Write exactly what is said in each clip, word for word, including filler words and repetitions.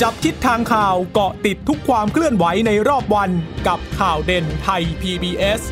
จับทิศทางข่าวเกาะติดทุกความเคลื่อนไหวในรอบวันกับข่าวเด่นไทย พี บี เอส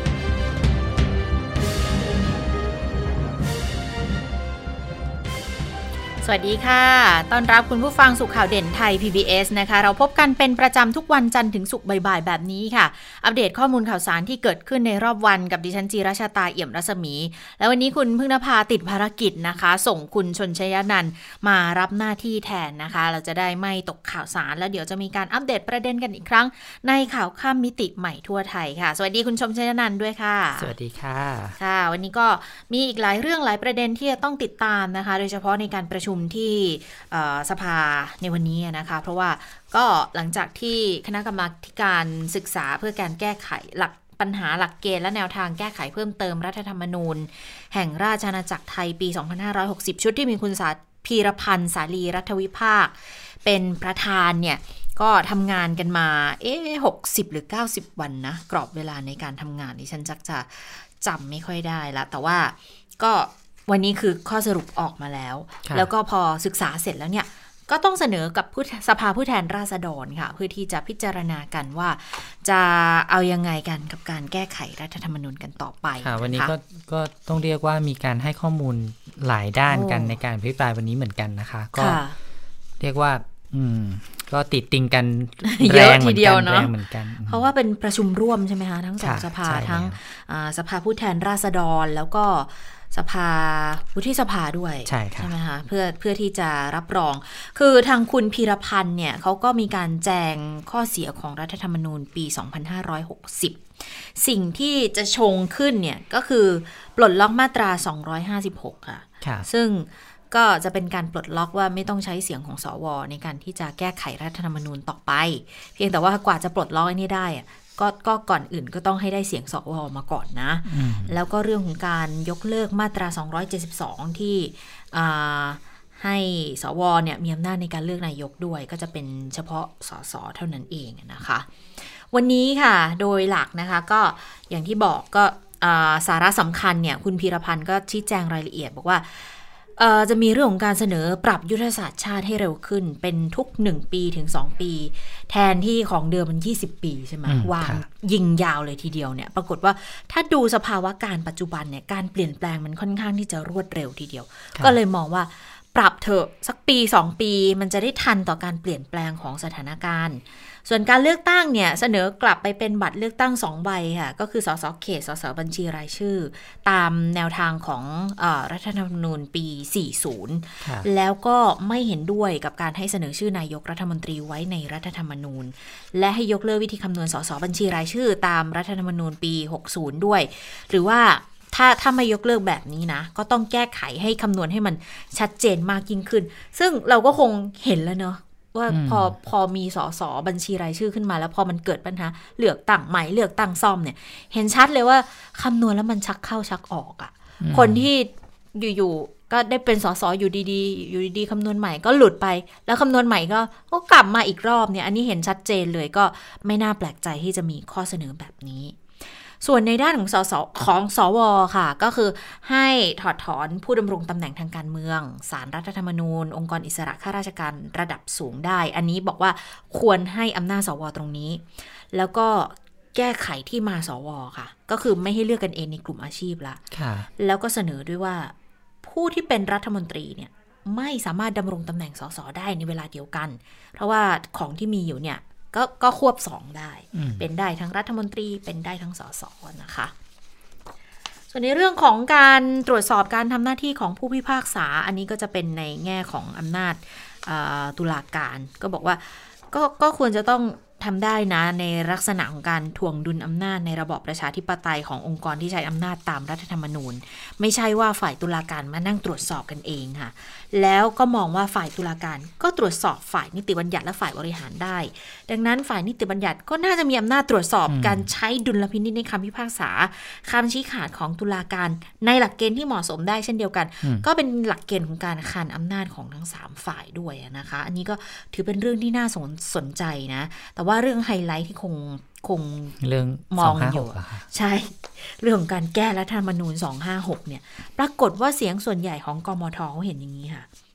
สวัสดีค่ะต้อนรับคุณผู้ฟังสู่ข่าวเด่นไทย พี บี เอส นะคะเราพบกันเป็นประจำทุกวันจันทร์ถึงศุกร์บ่ายๆแบบนี้ค่ะอัปเดตข้อมูลข่าวสารที่เกิดขึ้นในรอบวันกับดิฉันจีราชาตาเอี่ยมรัศมีแล้ววันนี้คุณพึ่งนภาติดภารกิจนะคะส่งคุณชนชยนันท์มารับหน้าที่แทนนะคะเราจะได้ไม่ตกข่าวสารแล้วเดี๋ยวจะมีการอัปเดตประเด็นกันอีกครั้งในข่าวข้ามมิติใหม่ทั่วไทยค่ะสวัสดีคุณชนชยนันท์ด้วยค่ะสวัสดีค่ะค่ะวันนี้ก็มีอีกหลายเรื่องหลายประเด็นที่จะต้องติดตามนะคะโดยเฉพาะในการประชุมที่สภาในวันนี้นะคะเพราะว่าก็หลังจากที่คณะกรรมาการศึกษาเพื่อการแก้ไขหลักปัญหาหลักเกณฑ์และแนวทางแก้ไขเพิ่มเติมรัฐธรรมนูญแห่งราชอาณาจักรไทยปีสองพันห้าร้อยหกสิบชุดที่มีคุณสาพีรพันธ์สาลีรัฐวิภาคเป็นประธานเนี่ยก็ทำงานกันมาเอ๊ะหกสิบหรือเก้าสิบวันนะกรอบเวลาในการทำงานนี่ฉันจักจะจำไม่ค่อยได้ละแต่ว่าก็วันนี้คือข้อสรุปออกมาแล้วแล้วก็พอศึกษาเสร็จแล้วเนี่ยก็ต้องเสนอกับผู้สภาผู้แทนราษฎรค่ะเพื่อที่จะพิจารณากันว่าจะเอายังไงกันกับการแก้ไขรัฐธรรมนูญกันต่อไปค่ะวันนี้ก็ก็ต้องเรียกว่ามีการให้ข้อมูลหลายด้านกันในการอภิปรายวันนี้เหมือนกันนะคะก็เรียกว่าอืมก็ติดติงกันแรงทีเดียวเนาะเพราะว่าเป็นประชุมร่วมใช่ไหมคะทั้งสองสภาทั้งสภาผู้แทนราษฎรแล้วก็สภาวุฒิสภาด้วยใช่ใช่ไหมคะเพื่อเพื่อที่จะรับรองคือทางคุณพีรพันธ์เนี่ยเขาก็มีการแจงข้อเสียของรัฐธรรมนูญปีสองพันห้าร้อยหกสิบสิ่งที่จะชงขึ้นเนี่ยก็คือปลดล็อกมาตราสองร้อยห้าสิบหกค่ะซึ่งก็จะเป็นการปลดล็อกว่าไม่ต้องใช้เสียงของสวในการที่จะแก้ไขรัฐธรรมนูญต่อไปเพียงแต่ว่ากว่าจะปลดล็อกนี้ได้ก็ก็ก่อนอื่นก็ต้องให้ได้เสียงสวมาก่อนนะแล้วก็เรื่องของการยกเลิกมาตราสองร้อยเจ็ดสิบสองที่ให้สวเนี่ยมีอำนาจในการเลือกนายกด้วยก็จะเป็นเฉพาะสสเท่านั้นเองนะคะวันนี้ค่ะโดยหลักนะคะก็อย่างที่บอกก็สาระสำคัญเนี่ยคุณพีรพันธ์ก็ชี้แจงรายละเอียดบอกว่าจะมีเรื่องของการเสนอปรับยุทธศาสตร์ชาติให้เร็วขึ้นเป็นทุกหนึ่งปีถึงสองปีแทนที่ของเดิมมันยี่สิบปีใช่ไหมวางยิงยาวเลยทีเดียวเนี่ยปรากฏว่าถ้าดูสภาวะการปัจจุบันเนี่ยการเปลี่ยนแปลงมันค่อนข้างที่จะรวดเร็วทีเดียวก็เลยมองว่าปรับเถอะสักปีสองปีมันจะได้ทันต่อการเปลี่ยนแปลงของสถานการณ์ส่วนการเลือกตั้งเนี่ยเสนอกลับไปเป็นบัตรเลือกตั้งสองใบค่ะก็คือสสเขตสสบัญชีรายชื่อตามแนวทางของเอ่อรัฐธรรมนูญปีสี่สิบแล้วก็ไม่เห็นด้วยกับการให้เสนอชื่อนายกรัฐมนตรีไว้ในรัฐธรรมนูญและให้ยกเลิกวิธีคำนวณสสบัญชีรายชื่อตามรัฐธรรมนูญปีหกสิบด้วยหรือว่าถ้าถ้าไม่ยกเลิกแบบนี้นะก็ต้องแก้ไขให้คำนวณให้มันชัดเจนมากยิ่งขึ้นซึ่งเราก็คงเห็นแล้วเนาะว่าพอพอมีสสบัญชีรายชื่อขึ้นมาแล้วพอมันเกิดปัญหาเลือกตั้งใหม่เลือกตั้งซ่อมเนี่ยเห็นชัดเลยว่าคำนวณแล้วมันชักเข้าชักออกอ่ะคนที่อยู่ๆก็ได้เป็นสสอยู่ดีๆอยู่ดีๆคำนวณใหม่ก็หลุดไปแล้วคำนวณใหม่ก็ก็กลับมาอีกรอบเนี่ยอันนี้เห็นชัดเจนเลยก็ไม่น่าแปลกใจที่จะมีข้อเสนอแบบนี้ส่วนในด้านของสสของสวค่ะก็คือให้ถอดถอนผู้ดำรงตำแหน่งทางการเมืองศาลรัฐธรรมนูญองค์กรอิสระข้าราชการระดับสูงได้อันนี้บอกว่าควรให้อำนาจสวตรงนี้แล้วก็แก้ไขที่มาสวค่ะก็คือไม่ให้เลือกกันเองในกลุ่มอาชีพละแล้วก็เสนอด้วยว่าผู้ที่เป็นรัฐมนตรีเนี่ยไม่สามารถดำรงตำแหน่งสสได้ในเวลาเดียวกันเพราะว่าของที่มีอยู่เนี่ยก็ก็ควบสองได้เป็นได้ทั้งรัฐมนตรีเป็นได้ทั้งสสนะคะส่วนในเรื่องของการตรวจสอบการทำหน้าที่ของผู้พิพากษาอันนี้ก็จะเป็นในแง่ของอำนาจตุลาการก็บอกว่าก็ก็ควรจะต้องทำได้นะในลักษณะของการถ่วงดุลอำนาจในระบอบประชาธิปไตยขององค์กรที่ใช้อำนาจตามรัฐธรรมนูญไม่ใช่ว่าฝ่ายตุลาการมานั่งตรวจสอบกันเองค่ะแล้วก็มองว่าฝ่ายตุลาการก็ตรวจสอบฝ่ายนิติบัญญัติและฝ่ายบริหารได้ดังนั้นฝ่ายนิติบัญญัติก็น่าจะมีอำนาจตรวจสอบการใช้ดุลพินิจในคำพิพากษาคำชี้ขาดของตุลาการในหลักเกณฑ์ที่เหมาะสมได้เช่นเดียวกันก็เป็นหลักเกณฑ์ของการขานอำนาจของทั้งสามฝ่ายด้วยนะคะอันนี้ก็ถือเป็นเรื่องที่น่าสนใจนะแต่ว่าเรื่องไฮไลท์ที่คงคงเรื่องมองอยู่ใช่เรื่องของการแก้รัฐธรรมนูญสองห้าหกเนี่ยปรากฏว่าเสียงส่วนใหญ่ของกมธเขาเห็นอย่างนี้ค่ะ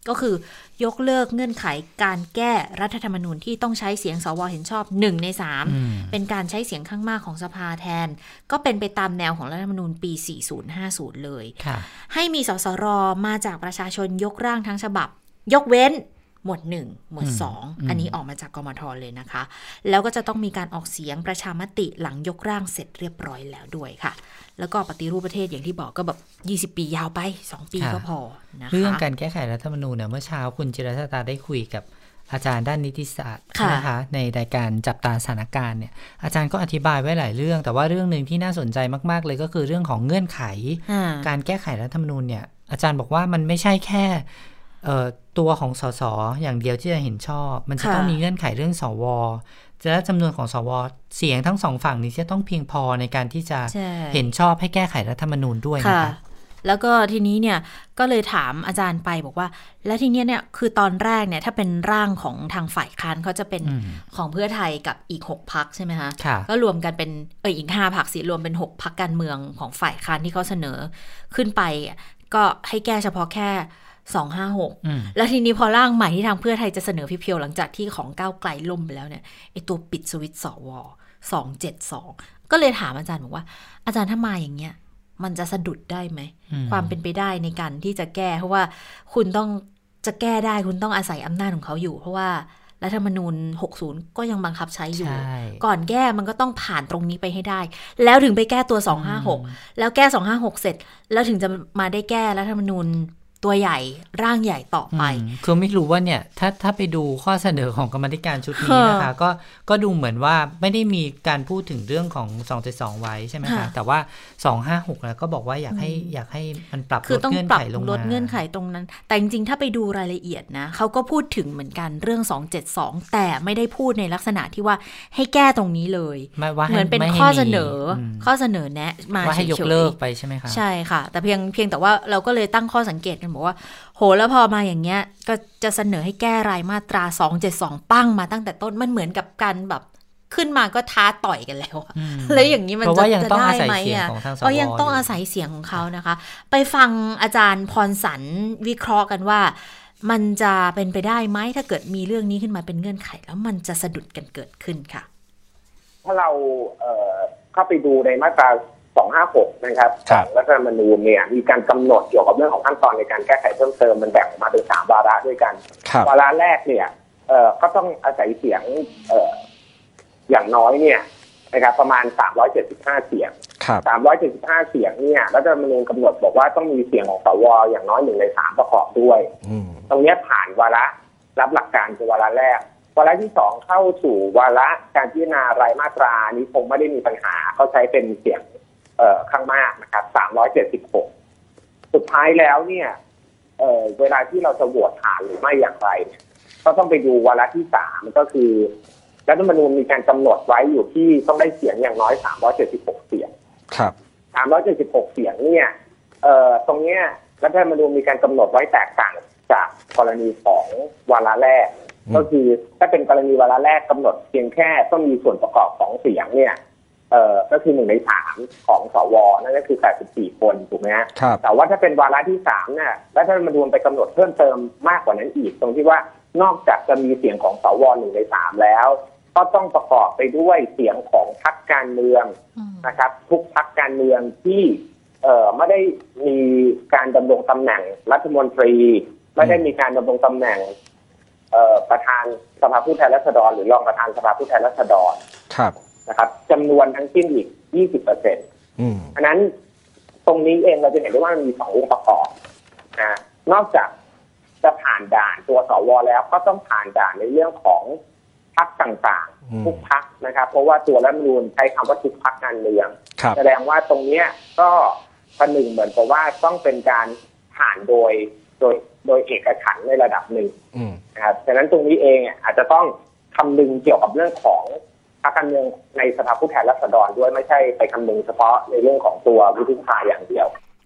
ก็คือยกเลิกเงื่อนไขการแก้รัฐธรรมนูญที่ต้องใช้เสียงสวเห็นชอบหนึ่งในสามเป็นการใช้เสียงข้างมากของสภาแทนก็เป็นไปตามแนวของรัฐธรรมนูญปีสี่สิบห้าสิบเลยให้มีสสรมาจากประชาชนยกร่างทั้งฉบับยกเว้นหมวดหนึ่งหมวดสองอันนี้ออกมาจากกมธเลยนะคะแล้วก็จะต้องมีการออกเสียงประชามติหลังยกร่างเสร็จเรียบร้อยแล้วด้วยค่ะแล้วก็ปฏิรูปประเทศอย่างที่บอกก็แบบยี่สิบปียาวไปสองปีก็พอนะคะเรื่องการแก้ไขรัฐธรรมนูญเนี่ยเมื่อเช้าคุณจิรชตาได้คุยกับอาจารย์ด้านนิติศาสตร์นะคะในรายการจับตาสถานการณ์เนี่ยอาจารย์ก็อธิบายไว้หลายเรื่องแต่ว่าเรื่องนึงที่น่าสนใจมากๆเลยก็คือเรื่องของเงื่อนไขการแก้ไขรัฐธรรมนูญเนี่ยอาจารย์บอกว่ามันไม่ใช่แค่ตัวของสสอย่างเดียวที่จะเห็นชอบมันจะต้องมีเงื่อนไขเรื่องสวและจำนวนของสวเสียงทั้งสองฝั่งนี้จะต้องเพียงพอในการที่จะเห็นชอบให้แก้ไขรัฐธรรมนูญด้วยนะคะแล้วก็ทีนี้เนี่ยก็เลยถามอาจารย์ไปบอกว่าแล้วทีนี้เนี่ยคือตอนแรกเนี่ยถ้าเป็นร่างของทางฝ่ายค้านเขาจะเป็นของเพื่อไทยกับอีกหกพรรคใช่ไหมคะก็รวมกันเป็นเอออีกห้าพรรคสิรวมเป็นหกพรรคการเมืองของฝ่ายค้านที่เขาเสนอขึ้นไปก็ให้แก้เฉพาะแค่สองห้าหกแล้วทีนี้พอร่างใหม่ที่ทางเพื่อไทยจะเสนอเพียวๆหลังจากที่ของก้าวไกลล่มไปแล้วเนี่ยไอตัวปิดสวิตช์สวสองเจ็ดสองก็เลยถามอาจารย์บอกว่าอาจารย์ถ้ามาอย่างเงี้ยมันจะสะดุดได้ไหมความเป็นไปได้ในการที่จะแก้เพราะว่าคุณต้องจะแก้ได้คุณต้องอาศัยอำนาจของเขาอยู่เพราะว่ารัฐธรรมนูญหกสิบก็ยังบังคับใช้อยู่ก่อนแก้มันก็ต้องผ่านตรงนี้ไปให้ได้แล้วถึงไปแก้ตัวสองห้าหกแล้วแก้สองห้าหกเสร็จแล้วถึงจะมาได้แก้รัฐธรรมนูญตัวใหญ่ร่างใหญ่ต่อไปคือไม่รู้ว่าเนี่ยถ้าถ้าไปดูข้อเสนอของกรรมธิการชุดนี้นะคะก็ก็ดูเหมือนว่าไม่ได้มีการพูดถึงเรื่องของสองเจ็ดสองไว้ใช่ไหมคะแต่ว่าสองห้าหกแล้วก็บอกว่าอยากให้อยากให้มันปรับลดเงื่อนไขลงมาลดเงื่อนไขตรงนั้นแต่จริงๆถ้าไปดูรายละเอียดนะเขาก็พูดถึงเหมือนกันเรื่องสองเจ็ดสองแต่ไม่ได้พูดในลักษณะที่ว่าให้แก้ตรงนี้เลยเหมือนเป็นข้อเสนอข้อเสนอแนะมาว่าให้ยกเลิกไปใช่ไหมคะใช่ค่ะแต่เพียงเพียงแต่ว่าเราก็เลยตั้งข้อสังเกตกันบอกว่าโหแล้วพอมาอย่างเงี้ยก็จะเสนอให้แก้รายมาตราสองเจ็ดสองปั้งมาตั้งแต่ต้นมันเหมือนกับการแบบขึ้นมาก็ท้าต่อยกันแล้วแล้วอย่างนี้มันจะจะได้ไหมอ่ะก็ยังต้องอาศัยเสียงของเขานะคะไปฟังอาจารย์พรสรรวิเคราะห์กันว่ามันจะเป็นไปได้ไหมถ้าเกิดมีเรื่องนี้ขึ้นมาเป็นเงื่อนไขแล้วมันจะสะดุดกันเกิดขึ้นค่ะถ้าเราเอ่อเข้าไปดูในมาตราสองห้าหกนะครับรัฐธรรมนูญเนี่ยมีการกำหนดเกี่ยวกับเรื่องของขั้นตอนในการแก้ไขเพิ่มเติมมันแบ่งออกมาเป็นสามวาระด้วยกันวาระแรกเนี่ยเอ่อก็ต้องอาศัยเสียงเอ่ออย่างน้อยเนี่ยนะครับประมาณสามร้อยเจ็ดสิบห้าเสียงสามร้อยเจ็ดสิบห้าเสียงเนี่ยรัฐธรรมนูญกำหนดบอกว่าต้องมีเสียงของสวอย่างน้อยหนึ่งในสามประกอบด้วยตรงนี้ผ่านวาระรับหลักการคือวาระแรกวาระที่สองเข้าสู่วาระการพิจารณารายมาตรานี้คงไม่ได้มีปัญหาเขาใช้เป็นเสียงเอ่อข้างมากนะครับสามร้อยเจ็ดสิบหกสุดท้ายแล้วเนี่ยเอ่อเวลาที่เราจะโหวตผ่านหรือไม่อย่างไรเนี่ยก็ต้องไปดูวาระที่สามก็คือรัฐธรรมนูญมีการกำหนดไว้อยู่ที่ต้องได้เสียงอย่างน้อยสามร้อยเจ็ดสิบหกเสียงครับสามร้อยเจ็ดสิบหกเสียงเนี่ยเอ่อตรงเนี้ยรัฐธรรมนูญมีการกำหนดไว้แตกต่างจากกรณีของวาระแรกก็คือถ้าเป็นกรณีวาระแรกกำหนดเพียงแค่ต้องมีส่วนประกอบของเสียงเนี่ยเอ่อก็คือหนึ่งในสามของสวนั่นก็คือแปดสิบสี่คนถูกไหมฮะแต่ว่าถ้าเป็นวาระที่สามเนี่ยรัฐธรรมนูญไปกำหนดเพิ่มเติมมากกว่านั้นอีกตรงที่ว่านอกจากจะมีเสียงของสวหนึ่งในสามแล้วก็ต้องประกอบไปด้วยเสียงของพรรคการเมืองนะครับทุกพรรคการเมืองที่เอ่อไม่ได้มีการดำรงตำแหน่งรัฐมนตรีไม่ได้มีการดำรงตำแหน่งเอ่อประธานสภาผู้แทนราษฎรหรือรองประธานสภาผู้แทนราษฎรครับนะครับจำนวนทั้งสิ้นอีก ยี่สิบเปอร์เซ็นต์ อืมอันนั้นตรงนี้เองเราจะเห็นได้ว่ามันมีสององค์ประกอบนะนอกจากจะผ่านด่านตัวสวแล้วก็ต้องผ่านด่านในเรื่องของพรรคต่างๆทุกพรรคนะครับเพราะว่าตัวรัฐธรรมนูญใช้คำว่าทุกพรรคการเมืองแสดงว่าตรงนี้ก็ประหนึ่งเหมือนกับว่าต้องเป็นการผ่านโดยโดยโดยเอกฉันท์ในระดับหนึ่งนะครับฉะนั้นตรงนี้เองอาจจะต้องคำนึงเกี่ยวกับเรื่องของพรรคการเมืองในสภาผู้แทนราษฎรด้วยไม่ใช่ไปคำนึงเฉพาะในเรื่องของตัววุฒิสภาอย่างเดียว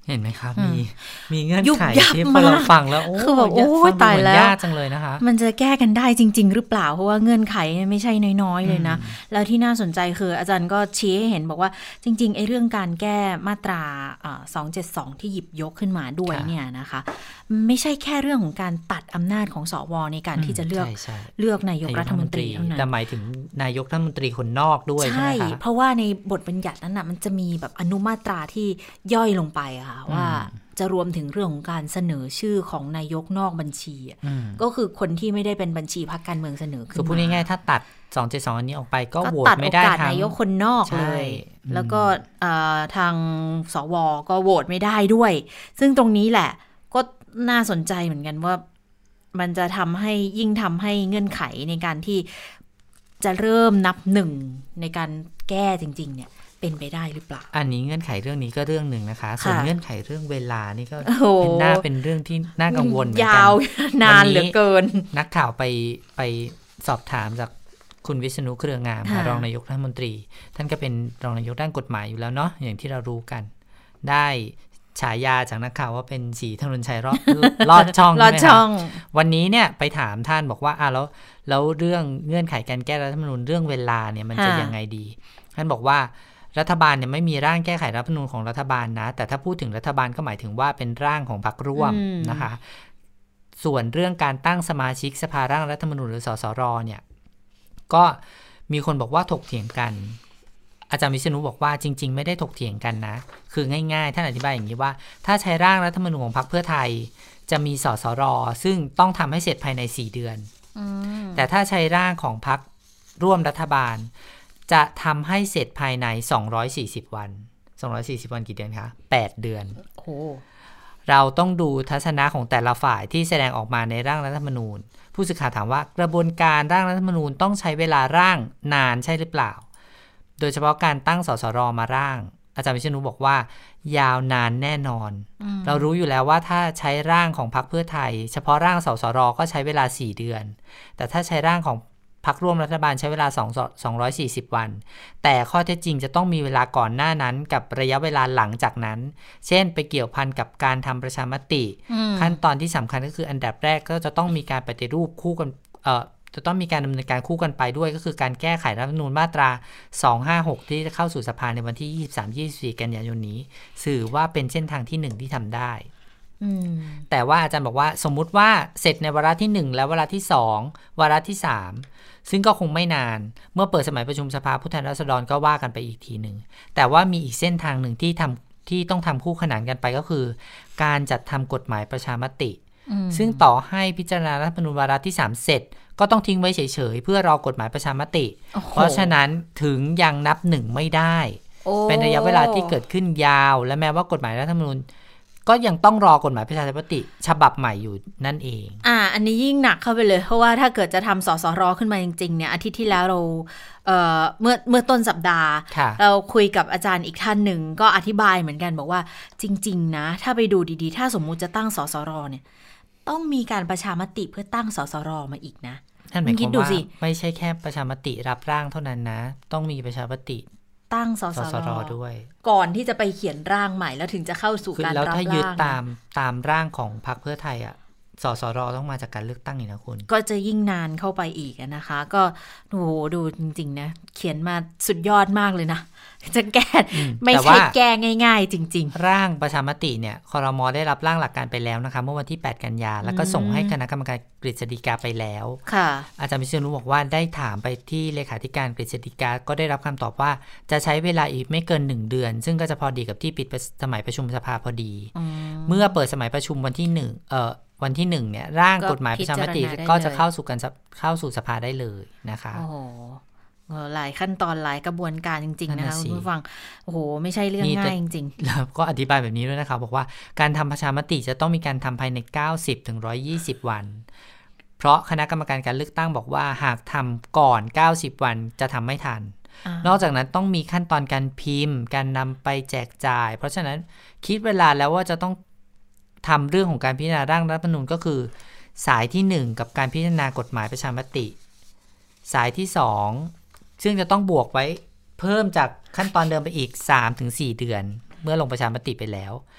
เห็นไหมครับมีมีเงื่อนไขที่พอเราฟังแล้วโอ้คือแบบโอ้ตายแล้วยากจังเลยนะคะมันจะแก้กันได้จริงๆหรือเปล่าเพราะว่าเงื่อนไขไม่ใช่น้อยๆเลยนะแล้วที่น่าสนใจคืออาจารย์ก็ชี้ให้เห็นบอกว่าจริงๆไอ้เรื่องการแก้มาตราสองเจ็ดสองที่หยิบยกขึ้นมาด้วยเนี่ยนะคะไม่ใช่แค่เรื่องของการตัดอำนาจของสวในการที่จะเลือกเลือกนายกรัฐมนตรีเท่านั้นแต่หมายถึงนายกรัฐมนตรีคนนอกด้วยใช่ไหมคะเพราะว่าในบทบัญญัตินั้นน่ะมันจะมีแบบอนุมาตราที่ย่อยลงไปอะค่ะว่าจะรวมถึงเรื่องของการเสนอชื่อของนายกนอกบัญชีก็คือคนที่ไม่ได้เป็นบัญชีพรรคการเมืองเสนอขึ้นมาคือพูดง่ายๆถ้าตัดสองเจ็ดสองอันนี้ออกไปก็โหวตไม่ได้ทางนายกคนนอกเลยแล้วก็ทางสวก็โหวตไม่ได้ด้วยซึ่งตรงนี้แหละก็น่าสนใจเหมือนกันว่ามันจะทำให้ยิ่งทำให้เงื่อนไขในการที่จะเริ่มนับหนึ่งในการแก้จริงๆเนี่ยเป็นไปได้หรือเปล่าอันนี้เงื่อนไขเรื่องนี้ก็เรื่องหนึ่งนะคะส่วนเงื่อนไขเรื่องเวลานี่ก็เป็นน่าเป็นเรื่องที่น่ากังวลเหมือนกันยาวนานเหลือเกินนักข่าวไปไปสอบถามจากคุณวิษณุเครืองามรองนายกรัฐมนตรีท่านก็เป็นรองนายกด้านกฎหมายอยู่แล้วเนาะอย่างที่เรารู้กันได้ฉายาจากนักข่าวว่าเป็นสีถนนชัยรอดลอดช่องใช่ไหมครับวันนี้เนี่ยไปถามท่านบอกว่าอ่ะแล้วแล้วเรื่องเงื่อนไขการแก้รัฐธรรมนูญเรื่องเวลาเนี่ยมันจะยังไงดีท่านบอกว่ารัฐบาลเนี่ยไม่มีร่างแก้ไขรัฐธรรมนูญของรัฐบาลนะแต่ถ้าพูดถึงรัฐบาลก็หมายถึงว่าเป็นร่างของพรรคร่วมนะคะส่วนเรื่องการตั้งสมาชิกสภาร่างรัฐธรรมนูญหรือสสรเนี่ยก็มีคนบอกว่าถกเถียงกันอาจารย์วิษณุบอกว่าจริงๆไม่ได้ถกเถียงกันนะคือง่ายๆท่านอธิบายอย่างนี้ว่าถ้าใช้ร่างรัฐธรรมนูญของพรรคเพื่อไทยจะมีสสรซึ่งต้องทำให้เสร็จภายในสี่เดือนแต่ถ้าใช้ร่างของพรรคร่วมรัฐบาลจะทำให้เสร็จภายในสองร้อยสี่สิบวันสองร้อยสี่สิบวันกี่เดือนคะแปดเดือนโอ้เราต้องดูทัศนะของแต่ละฝ่ายที่แสดงออกมาในร่างรัฐธรรมนูญผู้สื่อข่าวถามว่ากระบวนการร่างรัฐธรรมนูญต้องใช้เวลาร่างนานใช่หรือเปล่าโดยเฉพาะการตั้งสสรมาร่างอาจารย์วิษณุบอกว่ายาวนานแน่นอนเรารู้อยู่แล้วว่าถ้าใช้ร่างของพรรคเพื่อไทยเฉพาะร่างสสรก็ใช้เวลาสี่เดือนแต่ถ้าใช้ร่างของพรรคร่วมรัฐบาลใช้เวลาสองร้อยสี่สิบวันแต่ข้อเท็จจริงจะต้องมีเวลาก่อนหน้านั้นกับระยะเวลาหลังจากนั้นเช่นไปเกี่ยวพันกับการทำประชามติขั้นตอนที่สำคัญก็คืออันดับแรกก็จะต้องมีการปฏิรูปคู่กันเอ่อจะต้องมีการดำเนินการคู่กันไปด้วยก็คือการแก้ไขรัฐธรรมนูญมาตราสองห้าหกที่จะเข้าสู่สภาในวันที่ยี่สิบสาม ยี่สิบสี่กันยายนนี้สื่อว่าเป็นเส้นทางที่หนึ่งที่ทำได้แต่ว่าอาจารย์บอกว่าสมมุติว่าเสร็จในวาระที่หนึ่งแล้ววาระที่สองวาระที่สามซึ่งก็คงไม่นานเมื่อเปิดสมัยประชุมสภาผู้แทนราษฎรก็ว่ากันไปอีกทีหนึ่งแต่ว่ามีอีกเส้นทางหนึ่งที่ทำที่ต้องทำคู่ขนานกันไปก็คือการจัดทำกฎหมายประชามติซึ่งต่อให้พิจารณารัฐธรรมนูญวาระที่สามเสร็จก็ต้องทิ้งไว้เฉยๆเพื่อรอกฎหมายประชามติเพราะฉะนั้นถึงยังนับหนึ่งไม่ได้เป็นระยะเวลาที่เกิดขึ้นยาวและแม้ว่ากฎหมายรัฐธรรมนูญก็ยังต้องรอกฎหมายประชาธิปไตยฉบับใหม่อยู่นั่นเองอ่าอันนี้ยิ่งหนักเข้าไปเลยเพราะว่าถ้าเกิดจะทำสสรขึ้นมาจริงๆเนี่ยอาทิตย์ที่แล้วเราเอ่อเมื่อเมื่อต้นสัปดาห์เราคุยกับอาจารย์อีกท่านหนึ่งก็อธิบายเหมือนกันบอกว่าจริงๆนะถ้าไปดูดีๆถ้าสมมุติจะตั้งสสรเนี่ยต้องมีการประชามติเพื่อตั้งสสรมาอีกนะท่านหมายความว่าไม่ใช่แค่ประชามติรับร่างเท่านั้นนะต้องมีประชามติตั้งสสรด้วยก่อนที่จะไปเขียนร่างใหม่แล้วถึงจะเข้าสู่การรับร่างแล้วถ้ายึดตามตามร่างของพรรคเพื่อไทยอ่ะสสรต้องมาจากการเลือกตั้งอีกนะคุณก็จะยิ่งนานเข้าไปอีกนะคะก็โอ้โหดูจริงๆนะเขียนมาสุดยอดมากเลยนะจะแก้ไม่ใช่แก้ง่ายๆจริงๆร่างประชามติเนี่ยครม.ได้รับร่างหลักการไปแล้วนะคะเมื่อวันที่แปดกันยาแล้วก็ส่งให้คณะกรรมการกฤษฎีกาไปแล้วค่ะอาจารย์วิษณุบอกว่าได้ถามไปที่เลขาธิการกฤษฎีกาก็ได้รับคำตอบว่าจะใช้เวลาอีกไม่เกินหนึ่งเดือนซึ่งก็จะพอดีกับที่ปิดสมัยประชุมสภาพอดีเมื่อเปิดสมัยประชุมวันที่หนึ่งเอ่อวันที่หนึ่งเนี่ยร่างกฎหมายประชามติก็จะเข้าสู่กันเข้าสู่สภาได้เลยนะคะโอ้โหหลายขั้นตอนหลายกระบวนการจริงๆนะคะคุณผู้ฟังโอ้โหไม่ใช่เรื่องง่ายจริงๆแล้วก็อธิบายแบบนี้ด้วยนะคะบอกว่าการทำประชามติจะต้องมีการทำภายในเก้าสิบถึงหนึ่งร้อยยี่สิบวันเพราะคณะกรรมการการเลือกตั้งบอกว่าหากทำก่อนเก้าสิบวันจะทำไม่ทันนอกจากนั้นต้องมีขั้นตอนการพิมพ์การนำไปแจกจ่ายเพราะฉะนั้นคิดเวลาแล้วว่าจะต้องทำเรื่องของการพิจารณาร่างรัฐธรรมนูญก็คือสายที่หนึ่งกับการพิจารณากฎหมายประชามติสายที่สองซึ่งจะต้องบวกไว้เพิ่มจากขั้นตอนเดิมไปอีก สามถึงสี่ เดือนเมื่อลงประชามติไปแล้ว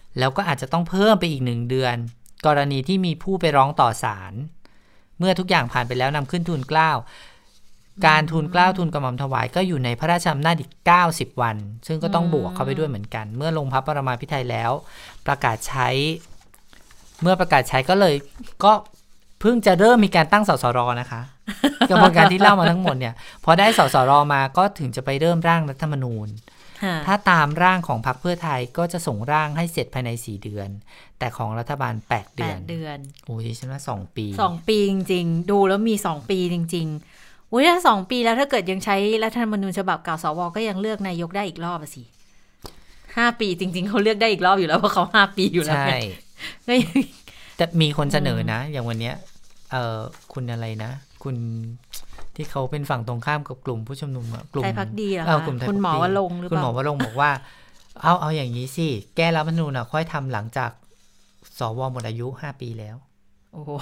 แล้วก็อาจจะต้องเพิ่มไปอีกหนึ่งเดือนกรณีที่มีผู้ไปร้องต่อศาลเมื่อทุกอย่างผ่านไปแล้วนำขึ้นทูลเกล้าการทูลเกล้าทูลกระหม่อมถวายก็อยู่ในพระราชอำนาจอีกเก้าสิบวันซึ่งก็ต้องบวกเข้าไปด้วยเหมือนกันเมื่อลงพระปรมาภิไธยแล้วประกาศใช้เมื่อประกาศใช้ก็เลยก็เพิ่งจะเริ่มมีการตั้งสสรนะคะกระบวนการที่เล่ามาทั้งหมดเนี่ยพอได้สสรมาก็ถึงจะไปเริ่มร่างรัฐธรรมนูญถ้าตามร่างของพรรคเพื่อไทยก็จะส่งร่างให้เสร็จภายในสี่เดือนแต่ของรัฐบาลแปดเดือนแปดเดือนโอ้ยฉันว่าสองปีสองปีจริงๆดูแล้วมีสองปีจริงๆอุ้ยถ้าสองปีแล้วถ้าเกิดยังใช้รัฐธรรมนูญฉบับเก่าสวก็ยังเลือกนายกได้อีกรอบสิห้าปีจริงๆเขาเลือกได้อีกรอบอยู่แล้วเพราะเขาห้าปีอยู่แล้วไงแต่มีคนเสนอนะอย่างวันเนี้ยเอ่อคุณอะไรนะคุณที่เขาเป็นฝั่งตรงข้ามกับกลุ่มผู้ชุมนุมอะกลุ่มไทยพรรคดีเหรอคะคุณหมอวรงค์หรือเปล่าคุณหมอวรงค์บอกว่าเอาเอาอย่างนี้สิแก้รัฐธรรมนูญอ่ะค่อยทำหลังจากสวหมดอายุห้าปีแล้วโอ้โห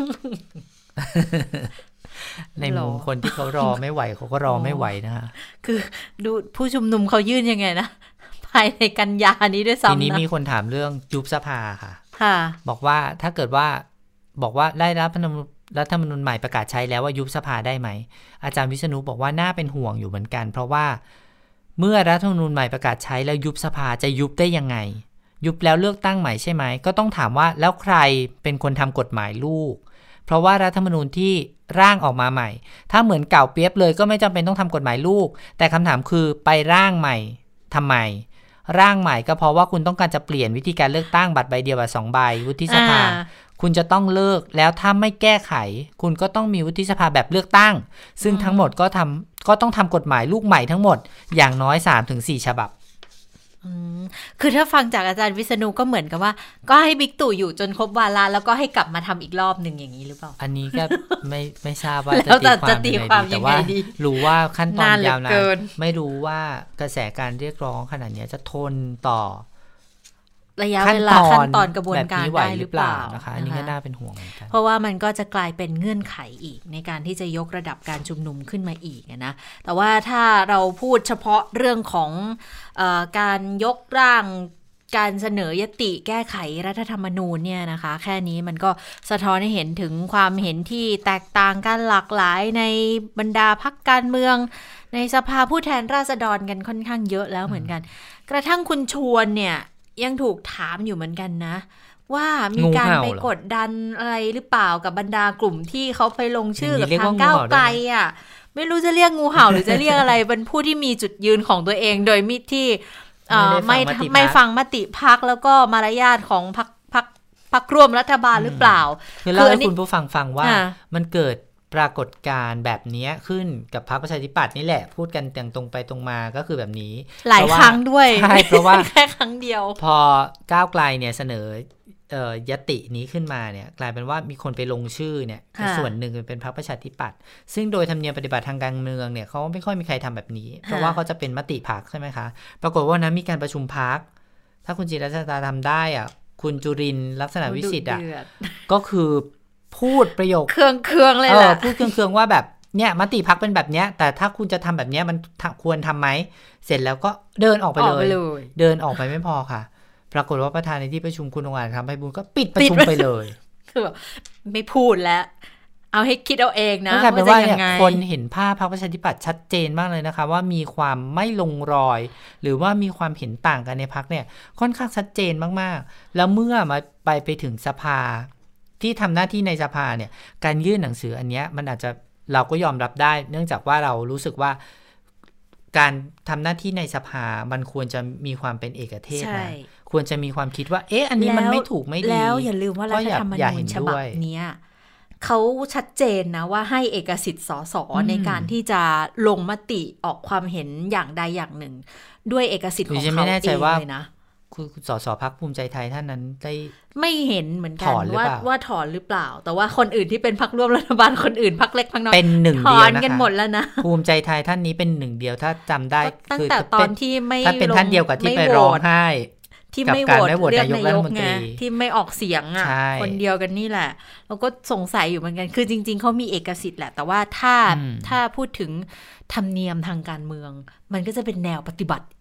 ในมุมคนที่เขารอไม่ไหวเขาก็รอไม่ไหวนะคะคือดูผู้ชุมนุมเขายื่นยังไงนะภายในกันยานี้ด้วยซ้ำนะทีนี้มีคนถามเรื่องยุบสภาค่ะค่ะบอกว่าถ้าเกิดว่าบอกว่าได้รับรัฐธรรมนูญใหม่ประกาศใช้แล้วว่ายุบสภาได้ไหมอาจารย์วิษณุบอกว่าน่าเป็นห่วงอยู่เหมือนกันเพราะว่าเมื่อรัฐธรรมนูญใหม่ประกาศใช้แล้วยุบสภาจะยุบได้ยังไงยุบแล้วเลือกตั้งใหม่ใช่ไหมก็ต้องถามว่าแล้วใครเป็นคนทำกฎหมายลูกเพราะว่ารัฐธรรมนูญที่ร่างออกมาใหม่ถ้าเหมือนเก่าเปียบเลยก็ไม่จำเป็นต้องทำกฎหมายลูกแต่คำถามคือไปร่างใหม่ทำไมร่างใหม่ก็เพราะว่าคุณต้องการจะเปลี่ยนวิธีการเลือกตั้งบัตรใบเดียวบัตรสองใบวุฒิสภาคุณจะต้องเลิกแล้วถ้าไม่แก้ไขคุณก็ต้องมีวุฒิสภาแบบเลือกตั้งซึ่งทั้งหมดก็ทำก็ต้องทำกฎหมายลูกใหม่ทั้งหมดอย่างน้อย สามถึงสี่ ฉบับคือถ้าฟังจากอาจารย์วิษณุก็เหมือนกับว่าก็ให้บิ๊กตู่อยู่จนครบวาระแล้วก็ให้กลับมาทำอีกรอบหนึ่งอย่างนี้หรือเปล่าอันนี้ก็ไม่ไม่ทราบว่าจะตีความยังไงดีแต่ว่ารู้ว่าขั้นตอนยาวนานไม่รู้ว่ากระแสการเรียกร้องขนาดนี้จะทนต่อระยะเวลาขั้นตอนกระบวนการได้หรือเปล่านะคะอันนี้ก็น่าเป็นห่วงเหมือนกันเพราะว่ามันก็จะกลายเป็นเงื่อนไขอีกในการที่จะยกระดับการชุมนุมขึ้นมาอีกนะแต่ว่าถ้าเราพูดเฉพาะเรื่องของเอ่อการยกร่างการเสนอยติแก้ไขรัฐธรรมนูญเนี่ยนะคะแค่นี้มันก็สะท้อนให้เห็นถึงความเห็นที่แตกต่างกันหลากหลายในบรรดาพรรคการเมืองในสภาผู้แทนราษฎรกันค่อนข้างเยอะแล้วเหมือนกันกระทั่งคุณชวนเนี่ยยังถูกถามอยู่เหมือนกันนะว่ามีการไปกดดันอะไรหรือเปล่ากับบรรดากลุ่มที่เขาไปลงชื่อกับทางก้าวไกลอ่ะไม่รู้จะเรียกงูเห่าหรือจะเรียกอะไรเป็นผู้ที่มีจุดยืนของตัวเองโดยมิที่ไม่ไม่ฟังมติพรรคแล้วก็มารยาทของพรรคพรรคพรรคร่วมรัฐบาลหรือเปล่าคือเล่าให้คุณผู้ฟังฟังว่ามันเกิดปรากฏการณ์แบบนี้ขึ้นกับพรรคประชาธิปัตย์นี่แหละพูดกันอย่างตรงไปตรงมาก็คือแบบนี้หลายครั้งด้วยใช่เพราะว่าแค่ครั้งเดียวพอก้าวไกลเนี่ยเสนอเอ่อยตินี้ขึ้นมาเนี่ยกลายเป็นว่ามีคนไปลงชื่อเนี่ยส่วนหนึ่งเป็นพรรคประชาธิปัตย์ซึ่งโดยธรรมเนียมปฏิบัติทางการเมืองเนี่ยเขาไม่ค่อยมีใครทำแบบนี้เพราะว่าเขาจะเป็นมติพรรคใช่ไหมคะปรากฏว่านั้นมีการประชุมพรรคถ้าคุณจิรชตาทำได้อ่ะคุณจุรินทร์ลักษณะวิสิทธิ์อ่ะก็คือพูดประโยคเครื่องเครื่องเลยแหละพูดเครื่องเครื่องว่าแบบเนี่ยมติพรรคเป็นแบบเนี้ยแต่ถ้าคุณจะทำแบบเนี้ยมันควรทำไหมเสร็จแล้วก็เดินออกไปเลยเดินออกไปไม่พอค่ะปรากฏว่าประธานในที่ประชุมคุณองค์อาจคำไพบูลย์ก็ปิดประชุมไปเลยคือแบบไม่พูดแล้วเอาให้คิดเอาเองนะว่าจะยังไงคนเห็นภาพพรรคประชาธิปัตย์ชัดเจนมากเลยนะคะว่ามีความไม่ลงรอยหรือว่ามีความเห็นต่างกันในพรรคเนี่ยค่อนข้างชัดเจนมากๆแล้วเมื่อมาไปไปถึงสภาที่ทำหน้าที่ในสภาเนี่ยการยื่นหนังสืออันเนี้ยมันอาจจะเราก็ยอมรับได้เนื่องจากว่าเรารู้สึกว่าการทำหน้าที่ในสภามันควรจะมีความเป็นเอกเทศนะควรจะมีความคิดว่าเอ๊ะอันนี้มันไม่ถูกไม่ดีแล้วอย่าลืมว่ารัฐธรรมนูญฉบับนี้เขาชัดเจนนะว่าให้เอกสิทธิ์สสในการที่จะลงมติออกความเห็นอย่างใดอย่างหนึ่งด้วยเอกสิทธิ์ของเขาเองเลยนะคือสสพรรคภูมิใจไทยท่านนั้นได้ไม่เห็นเหมือนกันว่าว่าถอนหรือเปล่าแต่ว่าคนอื่นที่เป็นพรรคร่วมรัฐบาลคนอื่นพรรคเล็กพรรคน้อยเป็นหนึ่งเดียวนะคะถอนกันหมดแล้วนะภูมิใจไทยท่านนี้เป็นหนึ่งเดียวถ้าจำได้ตั้งแต่ตอนที่ไม่ถ้าเป็นท่านเดียวกับที่ไปร้องไห้ที่ไม่โหวตเลือกนายกไงที่ไม่ออกเสียงอ่ะคนเดียวกันนี่แหละเราก็สงสัยอยู่เหมือนกันคือจริงๆเขามีเอกสิทธิ์แหละแต่ว่าถ้าถ้าพูดถึงธรรมเนียมทางการเมืองมันก็จะเป็นแนวปฏิบัติ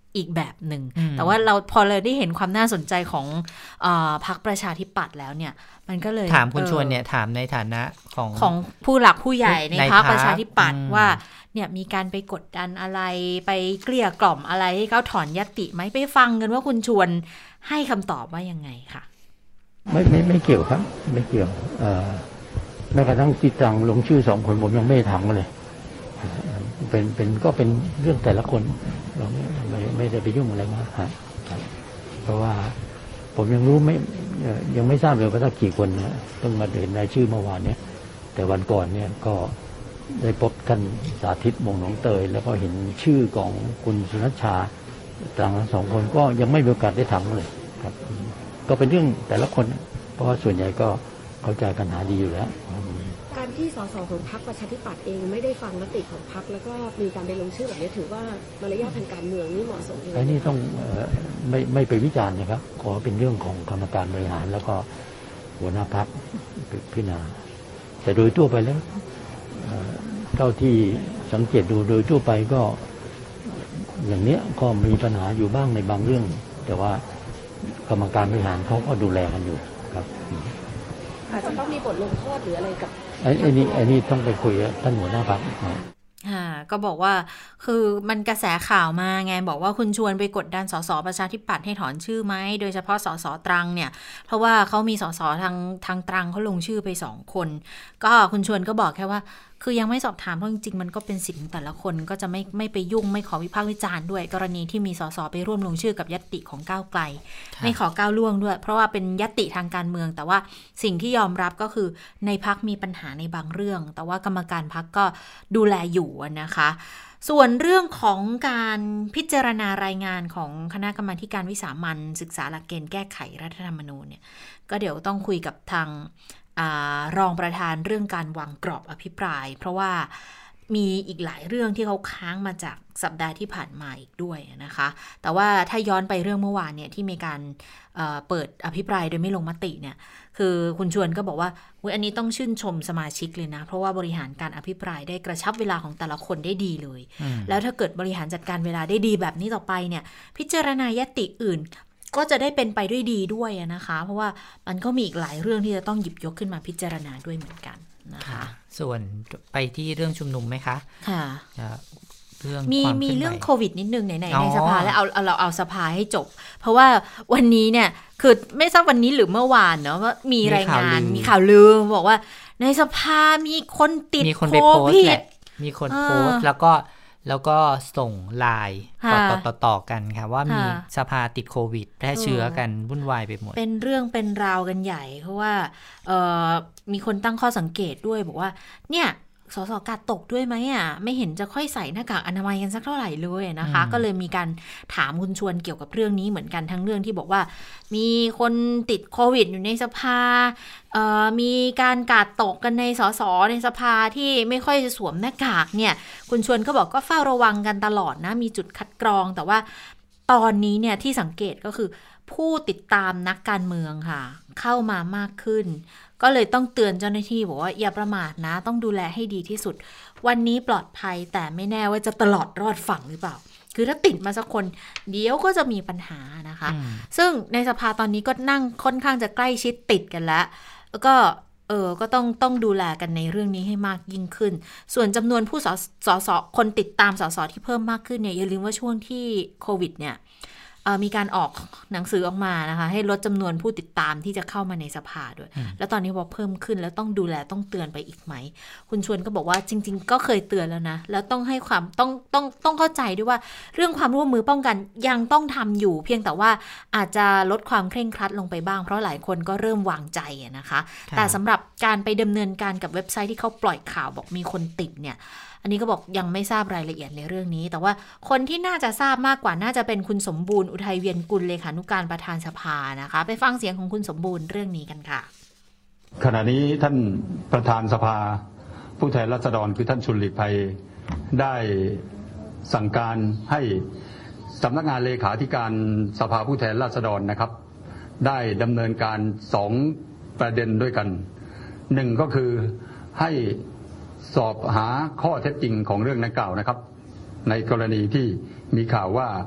อีกแบบหนึ่งแต่ว่าเราพอเลยได้เห็นความน่าสนใจของเอ่อพรรคประชาธิปัตย์แล้วเนี่ยมันก็เลยถามคุณชวนเนี่ยถามในฐานะของของผู้หลักผู้ใหญ่ในพรรคประชาธิปัตย์ว่าเนี่ยมีการไปกดดันอะไรไปเกลี้ยกล่อมอะไรให้เขาถอนญัตติไหมไปฟังกันว่าคุณชวนให้คำตอบว่ายังไงค่ะไม่ไม่ไม่เกี่ยวครับไม่เกี่ยวเอ่อแม้กระทั่งติดตังลงชื่อสองคนผมยังไม่ถามเลยเป็นเป็นก็เป็นเรื่องแต่ละคนเราไม่ไม่ไม่ได้ไปยุ่งอะไรมากครับเพราะว่าผมยังรู้ไม่ยังไม่ทราบเลยว่าสักกี่คนนะต้องมาเห็นรายชื่อเมื่อวานเนี้ยแต่วันก่อนเนี่ยก็ได้พบท่านสาธิตวงศ์หนองเตยแล้วก็เห็นชื่อของคุณสุนัชชาต่างทั้งสองคนก็ยังไม่มีโอกาสได้ถามเลยครับก็เป็นเรื่องแต่ละคนเพราะว่าส่วนใหญ่ก็เข้าใจกันหาดีอยู่แล้วการที่สสของพรรคประชาธิปัตย์เองไม่ได้ฟังมติของพรรคแล้วก็มีการไปลงชื่อแบบนี้ถือว่ามารยาททางการเมืองนี่เหมาะสมไหมไอ้นี่ต้องไม่ไม่ไปวิจารณ์นะครับขอเป็นเรื่องของกรรมการบริหารแล้วก็หัวหน้าพรรคพิจารณาแต่โดยทั่วไปแล้วเท่าที่สังเกตดูโดยทั่วไปก็อย่างเนี้ยก็มีปัญหาอยู่บ้างในบางเรื่องแต่ว่ากรรมการบริหารเขาก็ดูแลกันอยู่ครับอาจจะต้องมีบทลงโทษหรืออะไรกับไอ้ไอ้นี่ไอ้นี่ต้องไปคุยกับท่านหัวหน้าพรรคค่ะก็บอกว่าคือมันกระแสข่าวมาไงบอกว่าคุณชวนไปกดดันสสประชาธิปัตย์ให้ถอนชื่อไหมโดยเฉพาะสสตรังเนี่ยเพราะว่าเขามีสสทางทางตรังเขาลงชื่อไปสองคนก็คุณชวนก็บอกแค่ว่าคือยังไม่สอบถามเพราะจริงๆมันก็เป็นสิทธิ์ของแต่ละคนก็จะไม่ไม่ไปยุ่งไม่ขอวิพากษ์วิจารณ์ด้วยกรณีที่มีสสไปร่วมลงชื่อกับญัตติของก้าวไกลไม่ขอก้าวล่วงด้วยเพราะว่าเป็นญัตติทางการเมืองแต่ว่าสิ่งที่ยอมรับก็คือในพรรคมีปัญหาในบางเรื่องแต่ว่ากรรมการพรรคก็ดูแลอยู่นะคะส่วนเรื่องของการพิจารณารายงานของคณะกรรมาการวิสามัญศึกษาหลักเกณฑ์แก้ไขรัฐธรรมนูญเนี่ยก็เดี๋ยวต้องคุยกับทางรองประธานเรื่องการวางกรอบอภิปรายเพราะว่ามีอีกหลายเรื่องที่เขาค้างมาจากสัปดาห์ที่ผ่านมาอีกด้วยนะคะแต่ว่าถ้าย้อนไปเรื่องเมื่อวานเนี่ยที่มีการเอ่อเปิดอภิปรายโดยไม่ลงมติเนี่ยคือคุณชวนก็บอกว่าอันนี้ต้องชื่นชมสมาชิกเลยนะเพราะว่าบริหารการอภิปรายได้กระชับเวลาของแต่ละคนได้ดีเลยแล้วถ้าเกิดบริหารจัดการเวลาได้ดีแบบนี้ต่อไปเนี่ยพิจารณาญัตติอื่นก็จะได้เป็นไปด้วยดีด้วยนะคะเพราะว่ามันก็มีอีกหลายเรื่องที่จะต้องหยิบยกขึ้นมาพิจารณาด้วยเหมือนกันนะคะส่วนไปที่เรื่องชุมนุมไหมคะค่ะเรื่องมีมีเรื่องโควิดนิดนึงไหนๆในสภาแล้วเอาเอาเราเอาสภาให้จบเพราะว่าวันนี้เนี่ยคือไม่ทราบวันนี้หรือเมื่อวานเนาะว่ามีรายงานมีข่าวลือบอกว่าในสภามีคนติดโควิดมีคนโพสต์แล้วก็แล้วก็ส่งไลน์ต่อๆกันค่ะว่ามีสภาติดโควิดแพร่เชื้อกันวุ่นวายไปหมดเป็นเรื่องเป็นราวกันใหญ่เพราะว่ามีคนตั้งข้อสังเกตด้วยบอกว่าเนี่ยสสกาดตกด้วยไหมอ่ะไม่เห็นจะค่อยใส่หน้ากากอนามัยกันสักเท่าไหร่เลยนะคะก็เลยมีการถามคุณชวนเกี่ยวกับเรื่องนี้เหมือนกันทั้งเรื่องที่บอกว่ามีคนติดโควิดอยู่ในสภามีการกาดตกกันในสสในสภาที่ไม่ค่อยจะสวมหน้ากากเนี่ยคุณชวนก็บอกก็เฝ้าระวังกันตลอดนะมีจุดคัดกรองแต่ว่าตอนนี้เนี่ยที่สังเกตก็คือผู้ติดตามนักการเมืองค่ะเข้ามามากขึ้นก็เลยต้องเตือนเจ้าหน้าที่บอกว่าอย่าประมาทนะต้องดูแลให้ดีที่สุดวันนี้ปลอดภัยแต่ไม่แน่ว่าจะตลอดรอดฝั่งหรือเปล่าคือถ้าติดมาสักคนเดี๋ยวก็จะมีปัญหานะคะซึ่งในสภาตอนนี้ก็นั่งค่อนข้างจะใกล้ชิดติดกันแล้วแล้วก็เออก็ต้องต้องดูแลกันในเรื่องนี้ให้มากยิ่งขึ้นส่วนจำนวนผู้สสสคนติดตามสสที่เพิ่มมากขึ้นเนี่ยอย่าลืมว่าช่วงที่โควิดเนี่ยมีการออกหนังสือออกมานะคะให้ลดจำนวนผู้ติดตามที่จะเข้ามาในสภาด้วยแล้วตอนนี้บอกเพิ่มขึ้นแล้วต้องดูแลต้องเตือนไปอีกไหมคุณชวนก็บอกว่าจริงๆก็เคยเตือนแล้วนะแล้วต้องให้ความต้องต้องต้องเข้าใจด้วยว่าเรื่องความร่วมมือป้องกันยังต้องทำอยู่เพียงแต่ว่าอาจจะลดความเคร่งครัดลงไปบ้างเพราะหลายคนก็เริ่มวางใจนะคะแต่สำหรับการไปดำเนินการกับเว็บไซต์ที่เขาปล่อยข่าวบอกมีคนติดเนี่ยอันนี้ก็บอกยังไม่ทราบรายละเอียดในเรื่องนี้แต่ว่าคนที่น่าจะทราบมากกว่าน่าจะเป็นคุณสมบูรณ์อุทัยเวียนกุลเลขานุการประธานสภานะคะไปฟังเสียงของคุณสมบูรณ์เรื่องนี้กันค่ะขณะนี้ท่านประธานสภาผู้แทนราษฎรคือท่านชุนหลีกภัยได้สั่งการให้สำนักงานเลขาธิการสภาผู้แทนราษฎรนะครับได้ดำเนินการสองประเด็นด้วยกันหนึ่งก็คือให้สอบหาข้อเท็จจริงของเรื่องดังกล่าวนะครับในกรณีที่มีข่าวว่า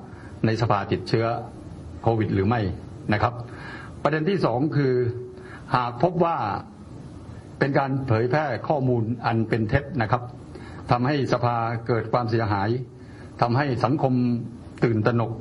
ในสภาติดเชื้อโควิดหรือไม่นะครับประเด็นที่สองคือหากพบว่าเป็นการเผยแพร่ข้อมูลอันเป็นเท็จนะครับทำให้สภาเกิดความเสียหายทำให้สังคมตื่นตระหนก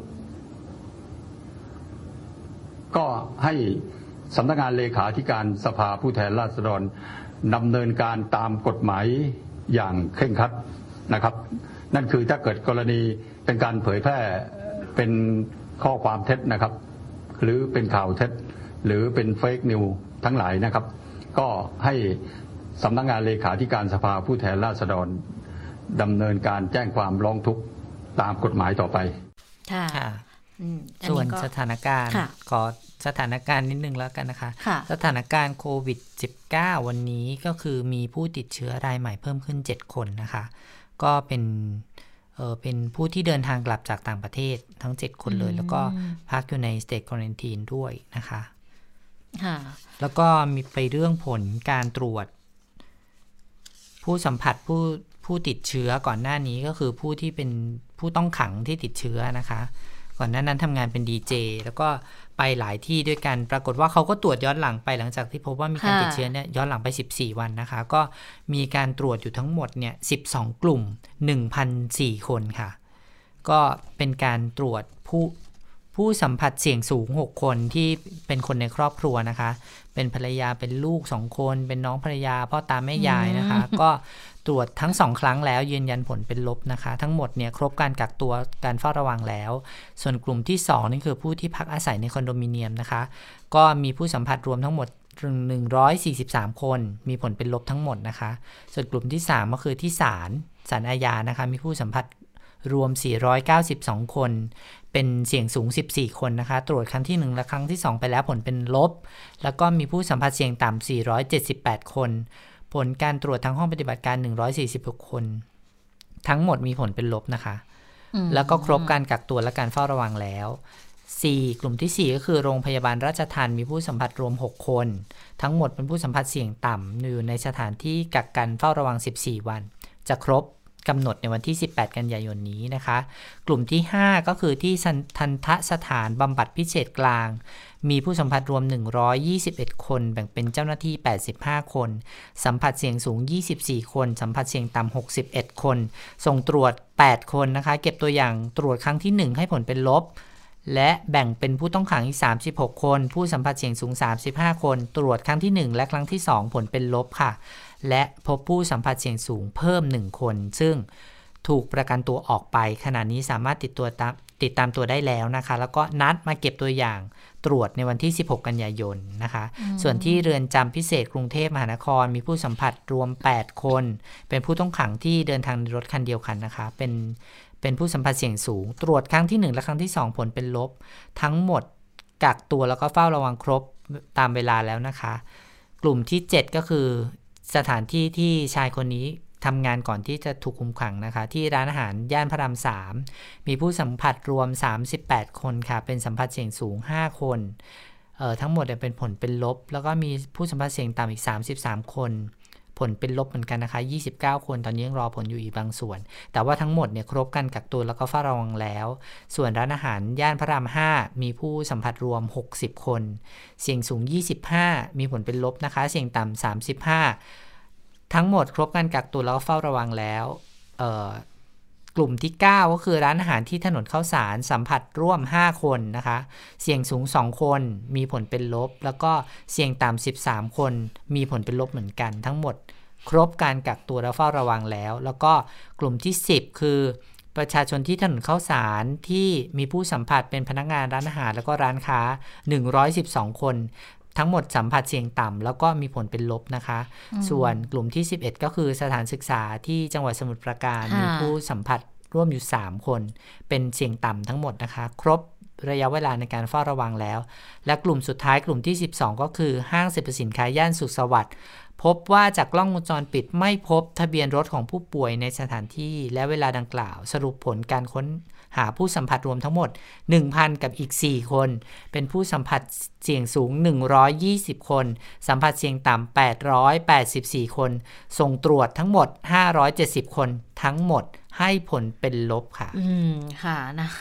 ก็ให้สำนักงานเลขาธิการสภาผู้แทนราษฎรดำเนินการตามกฎหมายอย่างเคร่งครัดนะครับนั่นคือถ้าเกิดกรณีเป็นการเผยแพร่เป็นข้อความเท็จนะครับหรือเป็นข่าวเท็จหรือเป็นเฟกนิวทั้งหลายนะครับก็ให้สำนักงานเลขาธิการสภาผู้แทนราษฎรดำเนินการแจ้งความร้องทุกข์ตามกฎหมายต่อไปค่ะส่วนสถานการณ์ขอสถานการณ์นิดนึงแล้วกันนะคะสถานการณ์โควิด สิบเก้า วันนี้ก็คือมีผู้ติดเชื้อรายใหม่เพิ่มขึ้นเจ็ดคนนะคะก็เป็นเออเป็นผู้ที่เดินทางกลับจากต่างประเทศทั้งเจ็ดคนเลยแล้วก็พักอยู่ใน State Quarantine ด้วยนะคะแล้วก็มีไปเรื่องผลการตรวจผู้สัมผัสผู้ผู้ติดเชื้อก่อนหน้านี้ก็คือผู้ที่เป็นผู้ต้องขังที่ติดเชื้อนะคะก่อนหน้านั้นทำงานเป็นดีเจแล้วก็ไปหลายที่ด้วยกันปรากฏว่าเขาก็ตรวจย้อนหลังไปหลังจากที่พบว่ามีการติดเชื้อเนี่ยย้อนหลังไปสิบสี่วันนะคะก็มีการตรวจอยู่ทั้งหมดเนี่ยสิบสองกลุ่ม หนึ่งพันสี่คนค่ะก็เป็นการตรวจผู้ผู้สัมผัสเสี่ยงสูงหกคนที่เป็นคนในครอบครัวนะคะเป็นภรรยาเป็นลูกสองคนเป็นน้องภรรยาพ่อตาแม่ยายนะคะก็ตรวจทั้งสองครั้งแล้วยืนยันผลเป็นลบนะคะทั้งหมดเนี่ยครบการกักตัวการเฝ้าระวังแล้วส่วนกลุ่มที่สองนี่คือผู้ที่พักอาศัยในคอนโดมิเนียมนะคะก็มีผู้สัมผัสรวมทั้งหมดหนึ่งร้อยสี่สิบสามคนมีผลเป็นลบทั้งหมดนะคะส่วนกลุ่มที่สามก็คือที่ศาลศาลอาญานะคะมีผู้สัมผัสรวมสี่ร้อยเก้าสิบสองคนเป็นเสี่ยงสูงสิบสี่คนนะคะตรวจครั้งที่หนึ่งและครั้งที่สองไปแล้วผลเป็นลบแล้วก็มีผู้สัมผัสเสี่ยงต่ำสี่ร้อยเจ็ดสิบแปดคนผลการตรวจทั้งห้องปฏิบัติการหนึ่งร้อยสี่สิบหกคนทั้งหมดมีผลเป็นลบนะคะแล้วก็ครบการกักตัวและการเฝ้าระวังแล้วสี่กลุ่มที่สี่ก็คือโรงพยาบาลราชทัณฑ์มีผู้สัมผัสรวมหกคนทั้งหมดเป็นผู้สัมผัสเสี่ยงต่ำอยู่ในสถานที่กักกันเฝ้าระวังสิบสี่วันจะครบกำหนดในวันที่สิบแปดกันยายนนี้นะคะกลุ่มที่ห้าก็คือที่ทันทสถานบำบัดพิเศษกลางมีผู้สัมผัสรวมหนึ่งร้อยยี่สิบเอ็ดคนแบ่งเป็นเจ้าหน้าที่แปดสิบห้าคนสัมผัสเสี่ยงสูงยี่สิบสี่คนสัมผัสเสี่ยงต่ำหกสิบเอ็ดคนส่งตรวจแปดคนนะคะเก็บตัวอย่างตรวจครั้งที่หนึ่งให้ผลเป็นลบและแบ่งเป็นผู้ต้องขังอีกสามสิบหกคนผู้สัมผัสเสี่ยงสูงสามสิบห้าคนตรวจครั้งที่หนึ่งและครั้งที่สองผลเป็นลบค่ะและพบผู้สัมผัสเสี่ยงสูงเพิ่มหนึ่งคนซึ่งถูกประกันตัวออกไปขณะนี้สามารถติดตัวตามติดตามตัวได้แล้วนะคะแล้วก็นัดมาเก็บตัวอย่างตรวจในวันที่สิบหกกันยายนนะคะส่วนที่เรือนจำพิเศษกรุงเทพมหานครมีผู้สัมผัสรวมแปดคนเป็นผู้ต้องขังที่เดินทางในรถคันเดียวกันนะคะเป็นเป็นผู้สัมผัสเสี่ยงสูงตรวจครั้งที่หนึ่งและครั้งที่สองผลเป็นลบทั้งหมดกักตัวแล้วก็เฝ้าระวังครบตามเวลาแล้วนะคะกลุ่มที่เจ็ดก็คือสถานที่ที่ชายคนนี้ทำงานก่อนที่จะถูกคุมขังนะคะที่ร้านอาหารย่านพระรามสามมีผู้สัมผัสรวมสามสิบแปดคนค่ะเป็นสัมผัสเสี่ยงสูงห้าคนเอ่อทั้งหมดเป็นผลเป็นลบแล้วก็มีผู้สัมผัสเสี่ยงต่ำอีกสามสิบสามคนผลเป็นลบเหมือนกันนะคะยี่สิบเก้าคนตอนนี้ยังรอผลอยู่อีกบางส่วนแต่ว่าทั้งหมดเนี่ยครบการกักตัวแล้วก็เฝ้าระวังแล้วส่วนร้านอาหารย่านพระรามห้ามีผู้สัมผัสรวมหกสิบคนเสี่ยงสูงยี่สิบห้ามีผลเป็นลบนะคะเสี่ยงต่ำสามสิบห้าทั้งหมดครบการกักตัวแล้วก็เฝ้าระวังแล้วกลุ่มที่เก้าก็คือร้านอาหารที่ถนนข้าวสารสัมผัสร่วมห้าคนนะคะเสี่ยงสูงสองคนมีผลเป็นลบแล้วก็เสี่ยงต่ำสิบสามคนมีผลเป็นลบเหมือนกันทั้งหมดครบการกักตัวและเฝ้าระวังแล้วแล้วก็กลุ่มที่สิบคือประชาชนที่ถนนข้าวสารที่มีผู้สัมผัสเป็นพนักงานร้านอาหารแล้วก็ร้านค้าหนึ่งร้อยสิบสองคนทั้งหมดสัมผัสเสี่ยงต่ำแล้วก็มีผลเป็นลบนะคะส่วนกลุ่มที่สิบเอ็ดก็คือสถานศึกษาที่จังหวัดสมุทรปราการมีผู้สัมผัสร่วมอยู่สามคนเป็นเสี่ยงต่ำทั้งหมดนะคะครบระยะเวลาในการเฝ้าระวังแล้วและกลุ่มสุดท้ายกลุ่มที่สิบสองก็คือห้างสรรพสินค้าย่านสุขสวัสดิ์พบว่าจากกล้องวงจรปิดไม่พบทะเบียนรถของผู้ป่วยในสถานที่และเวลาดังกล่าวสรุปผลการค้นหาผู้สัมผัสรวมทั้งหมด หนึ่งพัน กับอีกสี่คนเป็นผู้สัมผัสเสี่ยงสูงหนึ่งร้อยยี่สิบคนสัมผัสเสี่ยงต่ำแปดร้อยแปดสิบสี่คนส่งตรวจทั้งหมดห้าร้อยเจ็ดสิบคนทั้งหมดให้ผลเป็นลบค่ะอืมค่ะนะ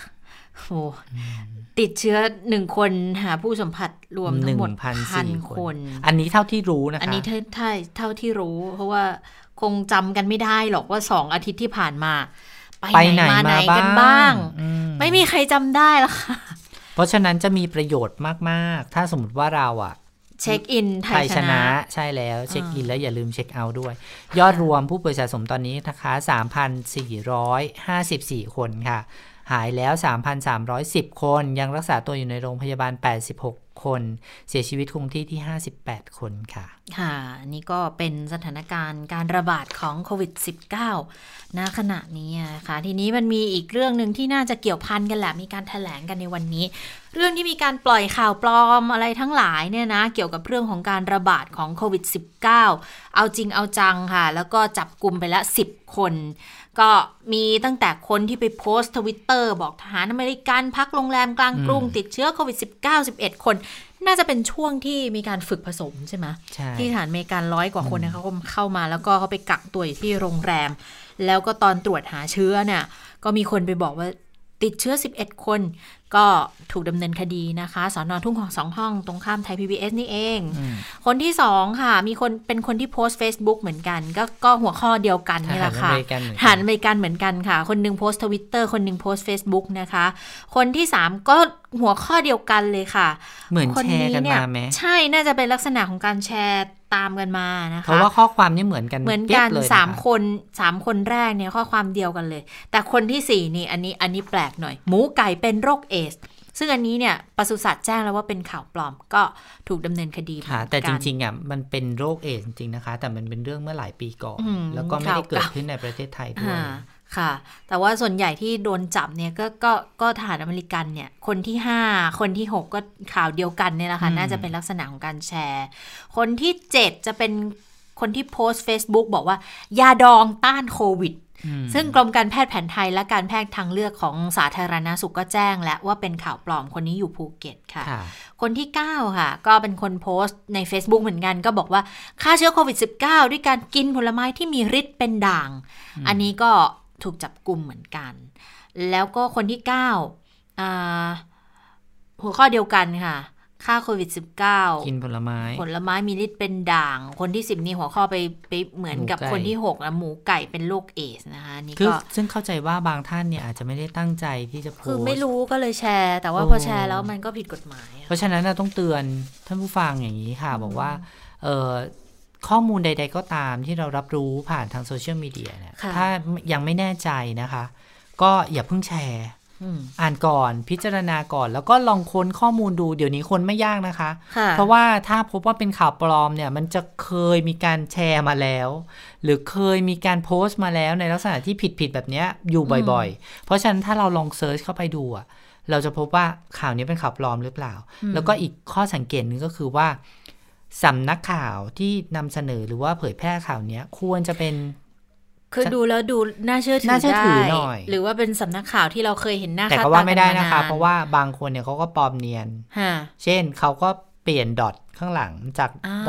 โอ้ติดเชื้อหนึ่งคนหาผู้สัมผัสรวมทั้งหมดหนึ่งพันสี่คนอันนี้เท่าที่รู้นะคะอันนี้เท่าเท่าเท่าที่รู้เพราะว่าคงจำกันไม่ได้หรอกว่าสองอาทิตย์ที่ผ่านมาไปไหนมาไหนกันบ้างไม่มีใครจำได้แล้วค่ะเพราะฉะนั้นจะมีประโยชน์มากๆถ้าสมมติว่าเราอ่ะเช็คอินไทยชนะใช่แล้วเช็คอินแล้วอย่าลืมเช็คเอาท์ด้วยยอดรวมผู้ป่วยสะสมตอนนี้นะคะ สามพันสี่ร้อยห้าสิบสี่ คนค่ะหายแล้ว สามพันสามร้อยสิบ คนยังรักษาตัวอยู่ในโรงพยาบาลแปดสิบหกคนเสียชีวิตคงที่ที่ห้าสิบแปดคนค่ะค่ะนี่ก็เป็นสถานการณ์การระบาดของโควิด สิบเก้า ณขณะนี้นะคะทีนี้มันมีอีกเรื่องนึงที่น่าจะเกี่ยวพันกันแหละมีการแถลงกันในวันนี้เรื่องที่มีการปล่อยข่าวปลอมอะไรทั้งหลายเนี่ยนะเกี่ยวกับเรื่องของการระบาดของโควิด สิบเก้า เอาจริงเอาจังค่ะแล้วก็จับกุมไปละสิบคนก็มีตั้งแต่คนที่ไปโพสต์ Twitter บอกทหารอเมริกันพักโรงแรมกลางกรุงติดเชื้อโควิด สิบเก้า สิบเอ็ด คนน่าจะเป็นช่วงที่มีการฝึกผสมใช่ไหมที่ทหารอเมริกันร้อยกว่าคนเนี่ยเขาก็เข้ามาแล้วก็เขาไปกักตัวอยู่ที่โรงแรมแล้วก็ตอนตรวจหาเชื้อเนี่ยก็มีคนไปบอกว่าติดเชื้อสิบเอ็ดคนก็ถูกดำเนินคดีนะคะสน.ทุ่งสองห้องตรงข้ามไทย พี บี เอส นี่เองคนที่สองค่ะมีคนเป็นคนที่โพสต์ Facebook เหมือนกันก็ก็หัวข้อเดียวกันนี่แหละค่ะทหารอเมริกันเหมือนกันค่ะคนนึงโพสต์ Twitter คนนึงโพสต์ Facebook นะคะคนที่สามก็หัวข้อเดียวกันเลยค่ะเหมือนแชร์กันมาไหมใช่น่าจะเป็นลักษณะของการแชร์ตามกันมานะคะเพราะว่าข้อความนี่เหมือนกันเหมือนกันสามคนสามคนแรกเนี่ยข้อความเดียวกันเลยแต่คนที่สี่นี่อันนี้อันนี้แปลกหน่อยหมูไก่เป็นโรคเอดส์ซึ่งอันนี้เนี่ยปศุสัตว์แจ้งแล้วว่าเป็นข่าวปลอมก็ถูกดำเนินคดีค่ะแต่จริงๆอ่ะมันเป็นโรคเอดส์จริงๆนะคะแต่มันเป็นเรื่องเมื่อหลายปีก่อนแล้วก็ไม่ได้เกิดขึ้นในประเทศไทยด้วยค่ะแต่ว่าส่วนใหญ่ที่โดนจับเนี่ยก็ก็ก็ทหารอเมริกันเนี่ยคนที่ห้าคนที่หกก็ข่าวเดียวกันเนี่ยแหละค่ะน่าจะเป็นลักษณะของการแชร์คนที่เจ็ดจะเป็นคนที่โพสต์ Facebook บอกว่ายาดองต้านโควิดซึ่งกรมการแพทย์แผนไทยและการแพทย์ทางเลือกของสาธารณสุขก็แจ้งแล้วว่าเป็นข่าวปลอมคนนี้อยู่ภูเก็ตค่ะคนที่เก้าค่ะก็เป็นคนโพสต์ใน Facebook เหมือนกันก็บอกว่าฆ่าเชื้อโควิด สิบเก้า ด้วยการกินผลไม้ที่มีฤทธิ์เป็นด่างอันนี้ก็ถูกจับกุมเหมือนกันแล้วก็คนที่เก้าอ่าหัวข้อเดียวกันค่ะฆ่าโควิด สิบเก้ากินผลไม้ผลไม้มีฤทธิ์เป็นด่างคนที่สิบนี่หัวข้อไปไปเหมือนกับคนที่หกนะหมูไก่เป็นโรคเอดส์นะคะนี่ก็ซึ่งเข้าใจว่าบางท่านเนี่ยอาจจะไม่ได้ตั้งใจที่จะโพสต์คือไม่รู้ก็เลยแชร์แต่ว่าพอแชร์แล้วมันก็ผิดกฎหมายเพราะฉะนั้นต้องเตือนท่านผู้ฟังอย่างนี้ค่ะบอกว่าเอ่อข้อมูลใดๆก็ตามที่เรารับรู้ผ่านทางโซเชียลมีเดียเนี่ยถ้ายังไม่แน่ใจนะคะก็อย่าเพิ่งแชร์อ่านก่อนพิจารณาก่อนแล้วก็ลองค้นข้อมูลดูเดี๋ยวนี้คนไม่ยากนะคะเพราะว่าถ้าพบว่าเป็นข่าวปลอมเนี่ยมันจะเคยมีการแชร์มาแล้วหรือเคยมีการโพสต์มาแล้วในลักษณะที่ผิดๆแบบนี้อยู่บ่อยๆเพราะฉะนั้นถ้าเราลองเซิร์ชเข้าไปดูอ่ะเราจะพบว่าข่าวนี้เป็นข่าวปลอมหรือเปล่าแล้วก็อีกข้อสังเกตนึงก็คือว่าสำนักข่าวที่นำเสนอหรือว่าเผยแพร่ข่าวนี้ควรจะเป็นคือดูแล้วดูน่าเชื่อถือได้หรือว่าเป็นสำนักข่าวที่เราเคยเห็นหน้าค่าตาแต่ก็ว่าไม่ได้นะคะเพราะว่าบางคนเนี่ยเขาก็ปลอมเนียนเช่นเขาก็เปลี่ยนดอทข้างหลังจาก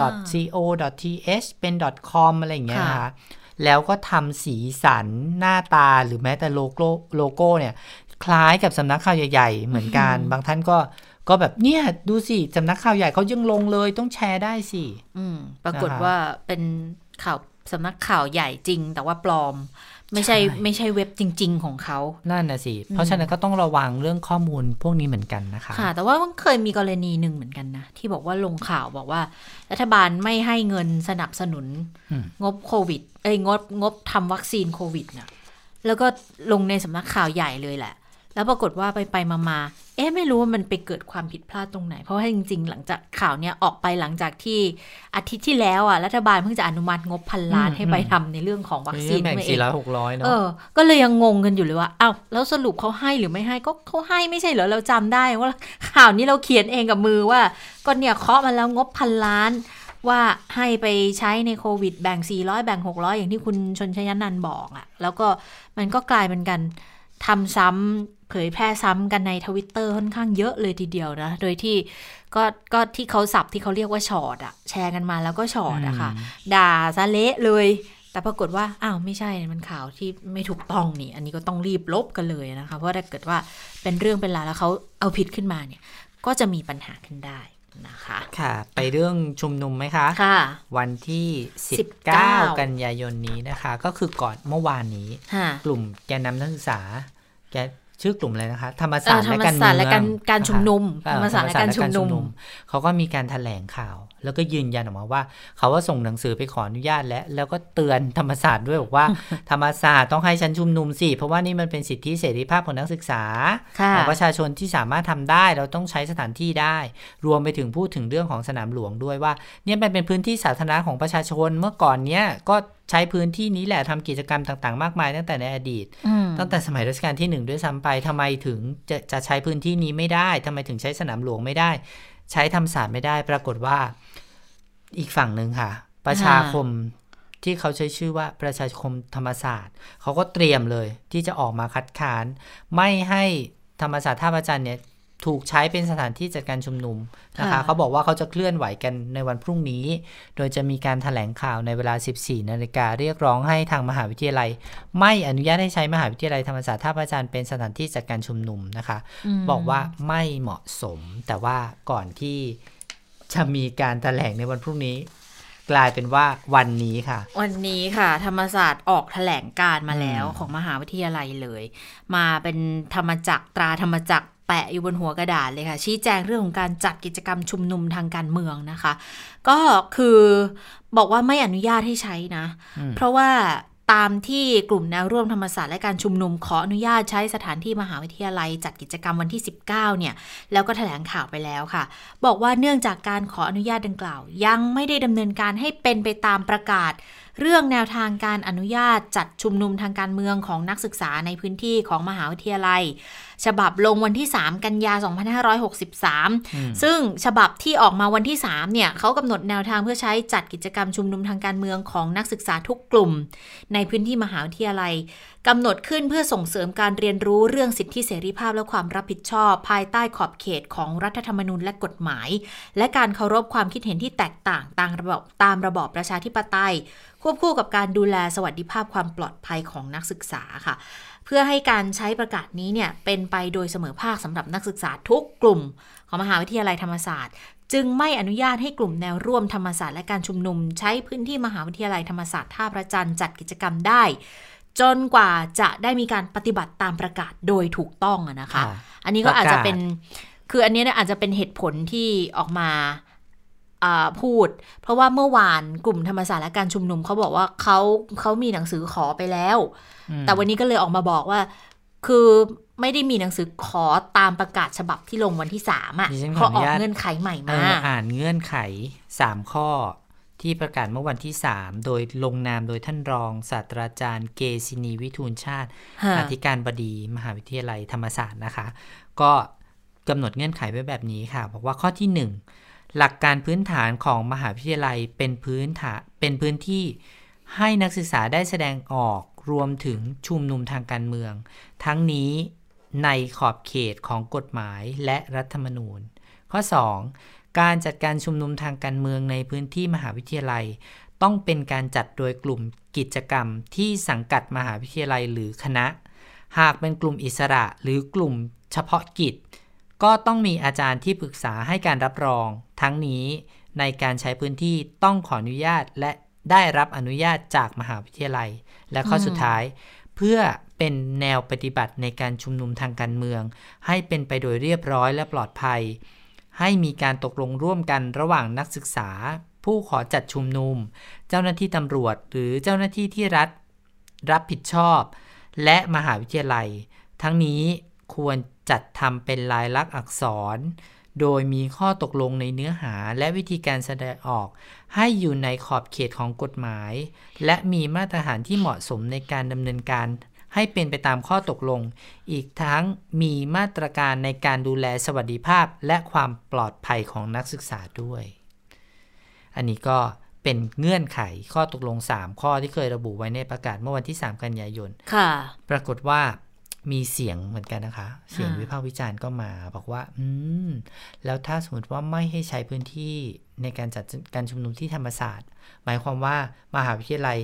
.co.th เป็น .com อะไรอย่างเงี้ยนะคะแล้วก็ทำสีสันหน้าตาหรือแม้แต่โลโก้โลโก้เนี่ยคล้ายกับสำนักข่าวใหญ่ๆเหมือนกันบางท่านก็ก็แบบเนี่ยดูสิสำนักข่าวใหญ่เขายังลงเลยต้องแชร์ได้สิปรากฏว่าเป็นข่าวสำนักข่าวใหญ่จริงแต่ว่าปลอมไม่ใช่ไม่ใช่เว็บจริงๆของเขานั่นนะสิเพราะฉะนั้นก็ต้องระวังเรื่องข้อมูลพวกนี้เหมือนกันนะคะค่ะแต่ว่าเคยมีกรณีหนึ่งเหมือนกันนะที่บอกว่าลงข่าวบอกว่ารัฐบาลไม่ให้เงินสนับสนุนงบโควิดเอ้ยงบงบทำวัคซีนโควิดนะแล้วก็ลงในสำนักข่าวใหญ่เลยแหละแล้วปรากฏว่าไปไปมาๆเอ๊ะไม่รู้ว่ามันไปเกิดความผิดพลาดตรงไหนเพราะว่าจริงๆหลังจากข่าวเนี้ยออกไปหลังจากที่อาทิตย์ที่แล้วอ่ะรัฐบาลเพิ่งจะอนุมัติงบพันล้านให้ไปทำในเรื่องของวัคซีนไม่เองสี่ร้อยหกร้อยเนาะเออก็เลยยังงงกันอยู่เลยว่าอ้าวแล้วสรุปเขาให้หรือไม่ให้ก็เขาให้ไม่ใช่เหรอเราจำได้ว่าข่าวนี้เราเขียนเองกับมือว่าก็เนี่ยเคาะมาแล้วงบพันล้านว่าให้ไปใช้ในโควิดแบ่งสี่ร้อยแบ่งหกร้อยอย่างที่คุณชนชยนันท์บอกอ่ะแล้วก็มันก็กลายเป็นกันทำซ้ำเผยแพร่ซ้ำกันใน Twitter ค่อนข้างเยอะเลยทีเดียวนะโดยที่ก็ก็ที่เขาศัพท์ที่เขาเรียกว่าช็อตอะแชร์กันมาแล้วก็ช็อตอะค่ะด่าซะเละเลยแต่ปรากฏว่าอ้าวไม่ใช่มันข่าวที่ไม่ถูกต้องนี่อันนี้ก็ต้องรีบลบกันเลยนะคะเพราะถ้าเกิดว่าเป็นเรื่องเป็นราวแล้วเขาเอาผิดขึ้นมาเนี่ยก็จะมีปัญหาขึ้นได้นะคะค่ะไปเรื่องชุมนุมไหมคะค่ะวันที่สิบเก้ากันยายนนี้นะคะก็คือก่อนเมื่อวานนี้กลุ่มแกนนำนักศึกษาแกชื่อกลุ่มอะไรนะคะธรรมศาสตร์และการเมืองและการชุมนุมธรรมศาสตร์และการชุมนุมเขาก็มีการแถลงข่าวแล้วก็ยืนยันออกมาว่าเขาว่าส่งหนังสือไปขออนุญาตแล้วแล้วก็เตือนธรรมศาสตร์ด้วยบอกว่า ธรรมศาสตร์ต้องให้ฉันชุมนุมสิเพราะว่านี่มันเป็นสิทธิเสรีภาพของนักศึกษาของประชาชนที่สามารถทำได้เราต้องใช้สถานที่ได้รวมไปถึงพูดถึงเรื่องของสนามหลวงด้วยว่าเนี่ยมันเป็นพื้นที่สาธารณะของประชาชนเมื่อก่อนเนี้ยก็ใช้พื้นที่นี้แหละทำกิจกรรมต่างๆมากมายตั้งแต่ในอดีตตั้งแต่สมัยรัชกาลที่หนึ่งด้วยซ้ำไปทำไมถึงจะจะใช้พื้นที่นี้ไม่ได้ทำไมถึงใช้สนามหลวงไม่ได้ใช้ธรรมศาสตร์ไม่ได้ปรากฏว่าอีกฝั่งหนึ่งค่ะประชาคมที่เขาใช้ชื่อว่าประชาคมธรรมศาสตร์เขาก็เตรียมเลยที่จะออกมาคัดค้านไม่ให้ธรรมศาสตร์ท่าพระจันทร์เนี่ยถูกใช้เป็นสถานที่จัดการชุมนุมนะคะเขาบอกว่าเขาจะเคลื่อนไหวกันในวันพรุ่งนี้โดยจะมีการแถลงข่าวในเวลา สิบสี่นาฬิกาเรียกร้องให้ทางมหาวิทยาลัยไม่อนุญาตให้ใช้มหาวิทยาลัยธรรมศาสตร์ท่าพระจันทร์เป็นสถานที่จัดการชุมนุมนะคะบอกว่าไม่เหมาะสมแต่ว่าก่อนที่จะมีการแถลงในวันพรุ่งนี้กลายเป็นว่าวันนี้ค่ะวันนี้ค่ะธรรมศาสตร์ออกแถลงการมาแล้วของมหาวิทยาลัยเลยมาเป็นธรรมจักรตราธรรมจักรแปะอยู่บนหัวกระดาษเลยค่ะชี้แจงเรื่องของการจัดกิจกรรมชุมนุมทางการเมืองนะคะก็คือบอกว่าไม่อนุญาตให้ใช้นะเพราะว่าตามที่กลุ่มแนวร่วมธรรมศาสตร์และการชุมนุมขออนุญาตใช้สถานที่มหาวิทยาลัยจัดกิจกรรมวันที่สิบเก้าเนี่ยแล้วก็แถลงข่าวไปแล้วค่ะบอกว่าเนื่องจากการขออนุญาตดังกล่าวยังไม่ได้ดำเนินการให้เป็นไปตามประกาศเรื่องแนวทางการอนุญาตจัดชุมนุมทางการเมืองของนักศึกษาในพื้นที่ของมหาวิทยาลัยฉบับลงวันที่สามกันยายนสองพันห้าร้อยหกสิบสามซึ่งฉบับที่ออกมาวันที่สามเนี่ยเขากำหนดแนวทางเพื่อใช้จัดกิจกรรมชุมนุมทางการเมืองของนักศึกษาทุกกลุ่มในพื้นที่มหาวิทยาลัยกำหนดขึ้นเพื่อส่งเสริมการเรียนรู้เรื่องสิทธิเสรีภาพและความรับผิดชอบภายใต้ขอบเขตของรัฐธรรมนูญและกฎหมายและการเคารพความคิดเห็นที่แตกต่างตามระบบตามระบอบประชาธิปไตยควบคู่กับการดูแลสวัสดิภาพความปลอดภัยของนักศึกษาค่ะเพื่อให้การใช้ประกาศนี้เนี่ยเป็นไปโดยเสมอภาคสำหรับนักศึกษาทุกกลุ่มของมหาวิทยาลัยธรรมศาสตร์จึงไม่อนุญาตให้กลุ่มแนวร่วมธรรมศาสตร์และการชุมนุมใช้พื้นที่มหาวิทยาลัยธรรมศาสตร์ท่าพระจันทร์จัดกิจกรรมได้จนกว่าจะได้มีการปฏิบัติตามประกาศโดยถูกต้องนะคะ อันนี้ก็อาจจะเป็นคืออันนี้อาจจะเป็นเหตุผลที่ออกมาพูดเพราะว่าเมื่อวานกลุ่มธรรมศาสตร์และการชุมนุมเขาบอกว่าเขาเขามีหนังสือขอไปแล้วแต่วันนี้ก็เลยออกมาบอกว่าคือไม่ได้มีหนังสือขอตามประกาศฉบับที่ลงวันที่สามอ่ะเขาออกเงื่อนไขใหม่มาอ่านเงื่อนไขสามข้อที่ประกาศเมื่อวันที่สามโดยลงนามโดยท่านรองศาสตราจารย์เกษินีวิทูลชาติอธิการบดีมหาวิทยาลัยธรรมศาสตร์นะคะก็กำหนดเงื่อนไขไว้แบบนี้ค่ะบอกว่าข้อที่หนึ่งหลักการพื้นฐานของมหาวิทยาลัยเป็นพื้นฐานเป็นพื้นที่ให้นักศึกษาได้แสดงออกรวมถึงชุมนุมทางการเมืองทั้งนี้ในขอบเขตของกฎหมายและรัฐธรรมนูญข้อสองการจัดการชุมนุมทางการเมืองในพื้นที่มหาวิทยาลัยต้องเป็นการจัดโดยกลุ่มกิจกรรมที่สังกัดมหาวิทยาลัยหรือคณะหากเป็นกลุ่มอิสระหรือกลุ่มเฉพาะกิจก็ต้องมีอาจารย์ที่ปรึกษาให้การรับรองทั้งนี้ในการใช้พื้นที่ต้องขออนุญาตและได้รับอนุญาตจากมหาวิทยาลัยและข้อสุดท้ายเพื่อเป็นแนวปฏิบัติในการชุมนุมทางการเมืองให้เป็นไปโดยเรียบร้อยและปลอดภัยให้มีการตกลงร่วมกันระหว่างนักศึกษาผู้ขอจัดชุมนุมเจ้าหน้าที่ตำรวจหรือเจ้าหน้าที่ที่รัฐรับผิดชอบและมหาวิทยาลัยทั้งนี้ควรจัดทำเป็นลายลักษณ์อักษรโดยมีข้อตกลงในเนื้อหาและวิธีการแสดงออกให้อยู่ในขอบเขตของกฎหมายและมีมาตรฐานที่เหมาะสมในการดำเนินการให้เป็นไปตามข้อตกลงอีกทั้งมีมาตรการในการดูแลสวัสดิภาพและความปลอดภัยของนักศึกษาด้วยอันนี้ก็เป็นเงื่อนไขข้อตกลงสามข้อที่เคยระบุไว้ในประกาศเมื่อวันที่สามกันยายนค่ะปรากฏว่ามีเสียงเหมือนกันนะคะเสียงวิพากษ์วิจารณ์ก็มาบอกว่าอืมแล้วถ้าสมมติว่าไม่ให้ใช้พื้นที่ในการจัดการชุมนุมที่ธรรมศาสตร์หมายความว่ามหาวิทยาลัย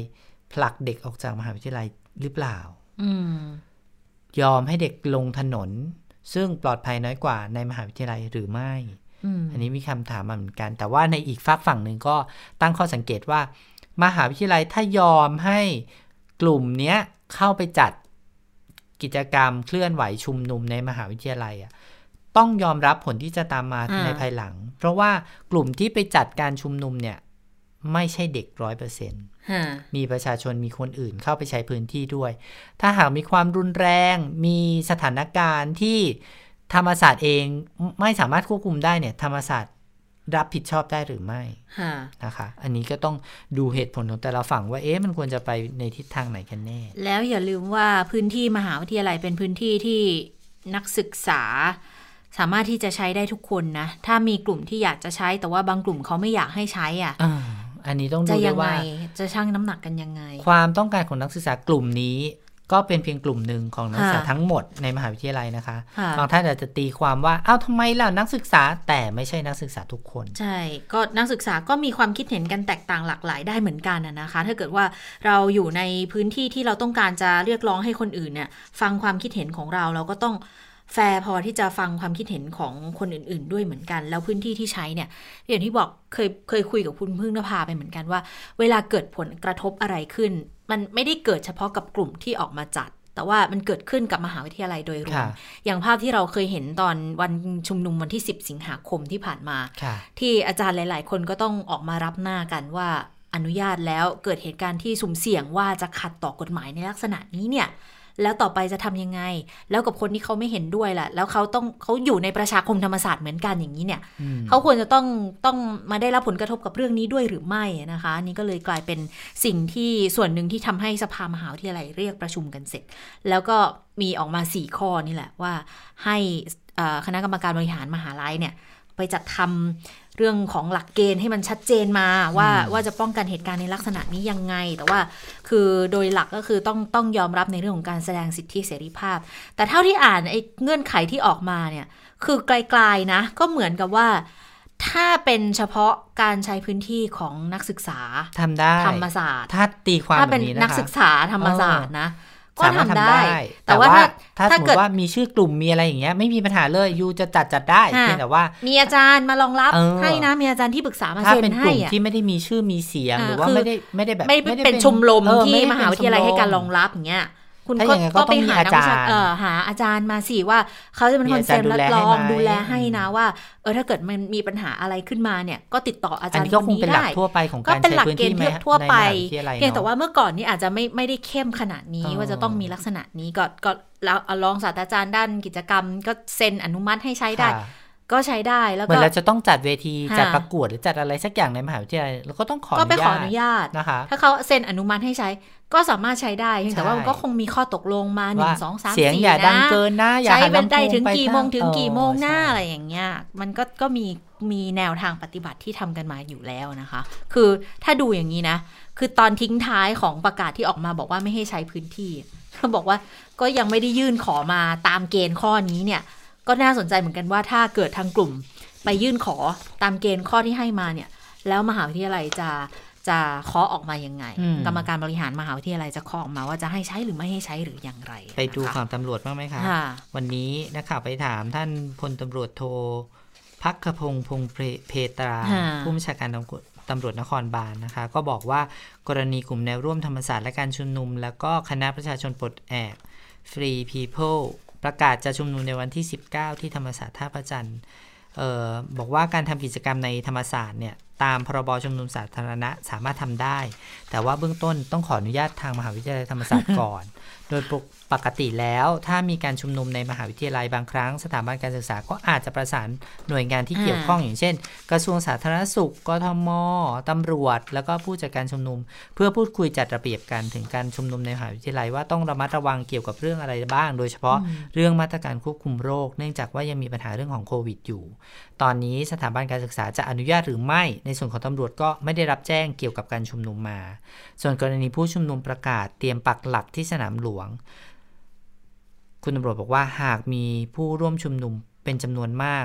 ผลักเด็กออกจากมหาวิทยาลัยหรือเปล่าอืมยอมให้เด็กลงถนนซึ่งปลอดภัยน้อยกว่าในมหาวิทยาลัยหรือไม่ อันนี้มีคำถามมาเหมือนกันแต่ว่าในอีกฝากฝั่งหนึ่งก็ตั้งข้อสังเกตว่ามหาวิทยาลัยถ้ายอมให้กลุ่มนี้เข้าไปจัดกิจกรรมเคลื่อนไหวชุมนุมในมหาวิทยาลัยอ่ะต้องยอมรับผลที่จะตามมาในภายหลังเพราะว่ากลุ่มที่ไปจัดการชุมนุมเนี่ยไม่ใช่เด็ก ร้อยเปอร์เซ็นต์ มีประชาชนมีคนอื่นเข้าไปใช้พื้นที่ด้วยถ้าหากมีความรุนแรงมีสถานการณ์ที่ธรรมศาสตร์เองไม่สามารถควบคุมได้เนี่ยธรรมศาสตร์รับผิดชอบได้หรือไม่นะคะอันนี้ก็ต้องดูเหตุผลของแต่ละฝั่งว่าเอ๊ะมันควรจะไปในทิศทางไหนกันแน่แล้วอย่าลืมว่าพื้นที่มหาวิทยาลัยเป็นพื้นที่ที่นักศึกษาสามารถที่จะใช้ได้ทุกคนนะถ้ามีกลุ่มที่อยากจะใช้แต่ว่าบางกลุ่มเขาไม่อยากให้ใช้อ่ะอันนี้ต้องดูด้วยว่าจะชั่งน้ำหนักกันยังไงความต้องการของนักศึกษากลุ่มนี้ก็เป็นเพียงกลุ่มหนึ่งของนักศึกษาทั้งหมดในมหาวิทยาลัยนะคะบางท่านอาจจะตีความว่าอ้าวทำไมล่ะนักศึกษาแต่ไม่ใช่นักศึกษาทุกคนใช่ก็นักศึกษาก็มีความคิดเห็นกันแตกต่างหลากหลายได้เหมือนกันนะคะถ้าเกิดว่าเราอยู่ในพื้นที่ที่เราต้องการจะเรียกร้องให้คนอื่นเนี่ยฟังความคิดเห็นของเราเราก็ต้องแฟร์พอที่จะฟังความคิดเห็นของคนอื่นๆด้วยเหมือนกันแล้วพื้นที่ที่ใช้เนี่ยอย่างที่บอกเคยเคยคุยกับคุณพึ่งนภาไปเหมือนกันว่าเวลาเกิดผลกระทบอะไรขึ้นมันไม่ได้เกิดเฉพาะกับกลุ่มที่ออกมาจัดแต่ว่ามันเกิดขึ้นกับมหาวิทยาลัยโดยรวมอย่างภาพที่เราเคยเห็นตอนวันชุมนุมวันที่สิบสิงหาคมที่ผ่านมาที่อาจารย์หลายๆคนก็ต้องออกมารับหน้ากันว่าอนุญาตแล้วเกิดเหตุการณ์ที่สุ่มเสี่ยงว่าจะขัดต่อกฎหมายในลักษณะนี้เนี่ยแล้วต่อไปจะทำยังไงแล้วกับคนที่เขาไม่เห็นด้วยล่ะแล้วเขาต้องเขาอยู่ในประชาคมธรรมศาสตร์เหมือนกันอย่างนี้เนี่ยเขาควรจะต้องต้องมาได้รับผลกระทบกับเรื่องนี้ด้วยหรือไม่นะคะนี่ก็เลยกลายเป็นสิ่งที่ส่วนหนึ่งที่ทำให้สภามหาวิทยาลัยเรียกประชุมกันเสร็จแล้วก็มีออกมาสี่ข้อนี่แหละว่าให้คณะกรรมการบริหารมหาลัยเนี่ยไปจัดทำเรื่องของหลักเกณฑ์ให้มันชัดเจนมาว่าว่าจะป้องกันเหตุการณ์ในลักษณะนี้ยังไงแต่ว่าคือโดยหลักก็คือต้องต้องยอมรับในเรื่องของการแสดงสิทธิเสรีภาพแต่เท่าที่อ่านไอ้เงื่อนไขที่ออกมาเนี่ยคือไกลๆนะก็เหมือนกับว่าถ้าเป็นเฉพาะการใช้พื้นที่ของนักศึกษาทำได้ธรรมศาสตร์ถ้าตีความแบบนี้นะคะถ้าเป็นนักศึกษาธรรมศาสตร์นะก็ทำได้แต่ว่าถ้าสมมติว่ามีชื่อกลุ่มมีอะไรอย่างเงี้ยไม่มีปัญหาเลยยูจะจัดจัดได้เพียงแต่ว่ามีอาจารย์มารองรับให้นะมีอาจารย์ที่ปรึกษามาเซ็นให้ถ้าเป็นกลุ่มที่ไม่ได้มีชื่อมีเสียงหรือว่าไม่ได้ไม่ได้แบบไม่ได้เป็นชมรมที่มหาวิทยาลัยให้การรองรับอย่างเงี้ยคุณก็ไปหาอาจารย์หาอาจารย์มาสิว่าเขาจะเป็นคนเซ็นรับรองดูแลให้นะว่าเออถ้าเกิดมันมีปัญหาอะไรขึ้นมาเนี่ยก็ติดต่ออาจารย์คนนี้ได้ก็เป็นหลักเกณฑ์ทั่วไปเพียงแต่ว่าเมื่อก่อนนี้อาจจะไม่ไม่ได้เข้มขนาดนี้ว่าจะต้องมีลักษณะนี้ก็ก็แล้วรองศาสตราจารย์ด้านกิจกรรมก็เซ็นอนุมัติให้ใช้ได้ก็ใช้ได้แล้วก็เหมือนเราจะต้องจัดเวทีจัดประกวดหรือจัดอะไรสักอย่างในมหาวิทยาลัยเราก็ต้องขออนุญาตก็ไปขออนุญาตนะคะถ้าเขาเซ็นอนุมัติให้ใช้ก็สามารถใช้ได้แต่ว่าก็คงมีข้อตกลงมาหนึ่ง สอง สาม สี่นะเสียงอย่าดังเกินนะใช้เป็นได้ถึงกี่โมงถึงกี่โมงหน้าอะไรอย่างเงี้ยมันก็ก็มีมีแนวทางปฏิบัติที่ทำกันมาอยู่แล้วนะคะคือถ้าดูอย่างนี้นะคือตอนทิ้งท้ายของประกาศที่ออกมาบอกว่าไม่ให้ใช้พื้นที่เขาบอกว่าก็ยังไม่ได้ยื่นขอมาตามเกณฑ์ข้อนี้เนี่ยก็น่าสนใจเหมือนกันว่าถ้าเกิดทางกลุ่มไปยื่นขอตามเกณฑ์ข้อที่ให้มาเนี่ยแล้วมหาวิทยาลัยจะจะเคาะออกมายังไงกรรมการบริหารมหาวิทยาลัยจะเคาะออกมาว่าจะให้ใช้หรือไม่ให้ใช้หรืออย่างไรไปดูข่าวตำรวจบ้างไหมคะวันนี้นักข่าวไปถามท่านพลตำรวจโทภัคพงษ์พงษ์เพตราผู้บัญชาการตำรวจนครบาล นะคะก็บอกว่ากรณีกลุ่มแนวร่วมธรรมศาสตร์และการชุมนุมแล้วก็คณะประชาชนปลดแอก Free People ประกาศจะชุมนุมในวันที่สิบเก้าที่ธรรมศาสตร์ท่าพระจันทร์เอ่อบอกว่าการทำกิจกรรมในธรรมศาสตร์เนี่ยตามพรบชุมนุมสาธารณะสามารถทำได้แต่ว่าเบื้องต้นต้องขออนุญาตทางมหาวิทยาลัยธรรมศาสตร์ก่อน โดยปกติแล้วถ้ามีการชุมนุมในมหาวิทยาลัยบางครั้งสถาบันการศึกษาก็อาจจะประสานหน่วยงานที่เกี่ยวข้องอย่างเช่นกระทรวงสาธารณสุขกทม.ตำรวจแล้วก็ผู้จัดการชุมนุมเพื่อพูดคุยจัดระเบียบกันถึงการชุมนุมในมหาวิทยาลัยว่าต้องระมัดระวังเกี่ยวกับเรื่องอะไรบ้างโดยเฉพาะเรื่องมาตรการควบคุมโรคเนื่องจากว่ายังมีปัญหาเรื่องของโควิดอยู่ตอนนี้สถาบันการศึกษาจะอนุญาตหรือไม่ในส่วนของตำรวจก็ไม่ได้รับแจ้งเกี่ยวกับการชุมนุมมาส่วนกรณีผู้ชุมนุมประกาศเตรียมปักหลักที่สนามหลวงคุณตำรวจบอกว่าหากมีผู้ร่วมชุมนุมเป็นจำนวนมาก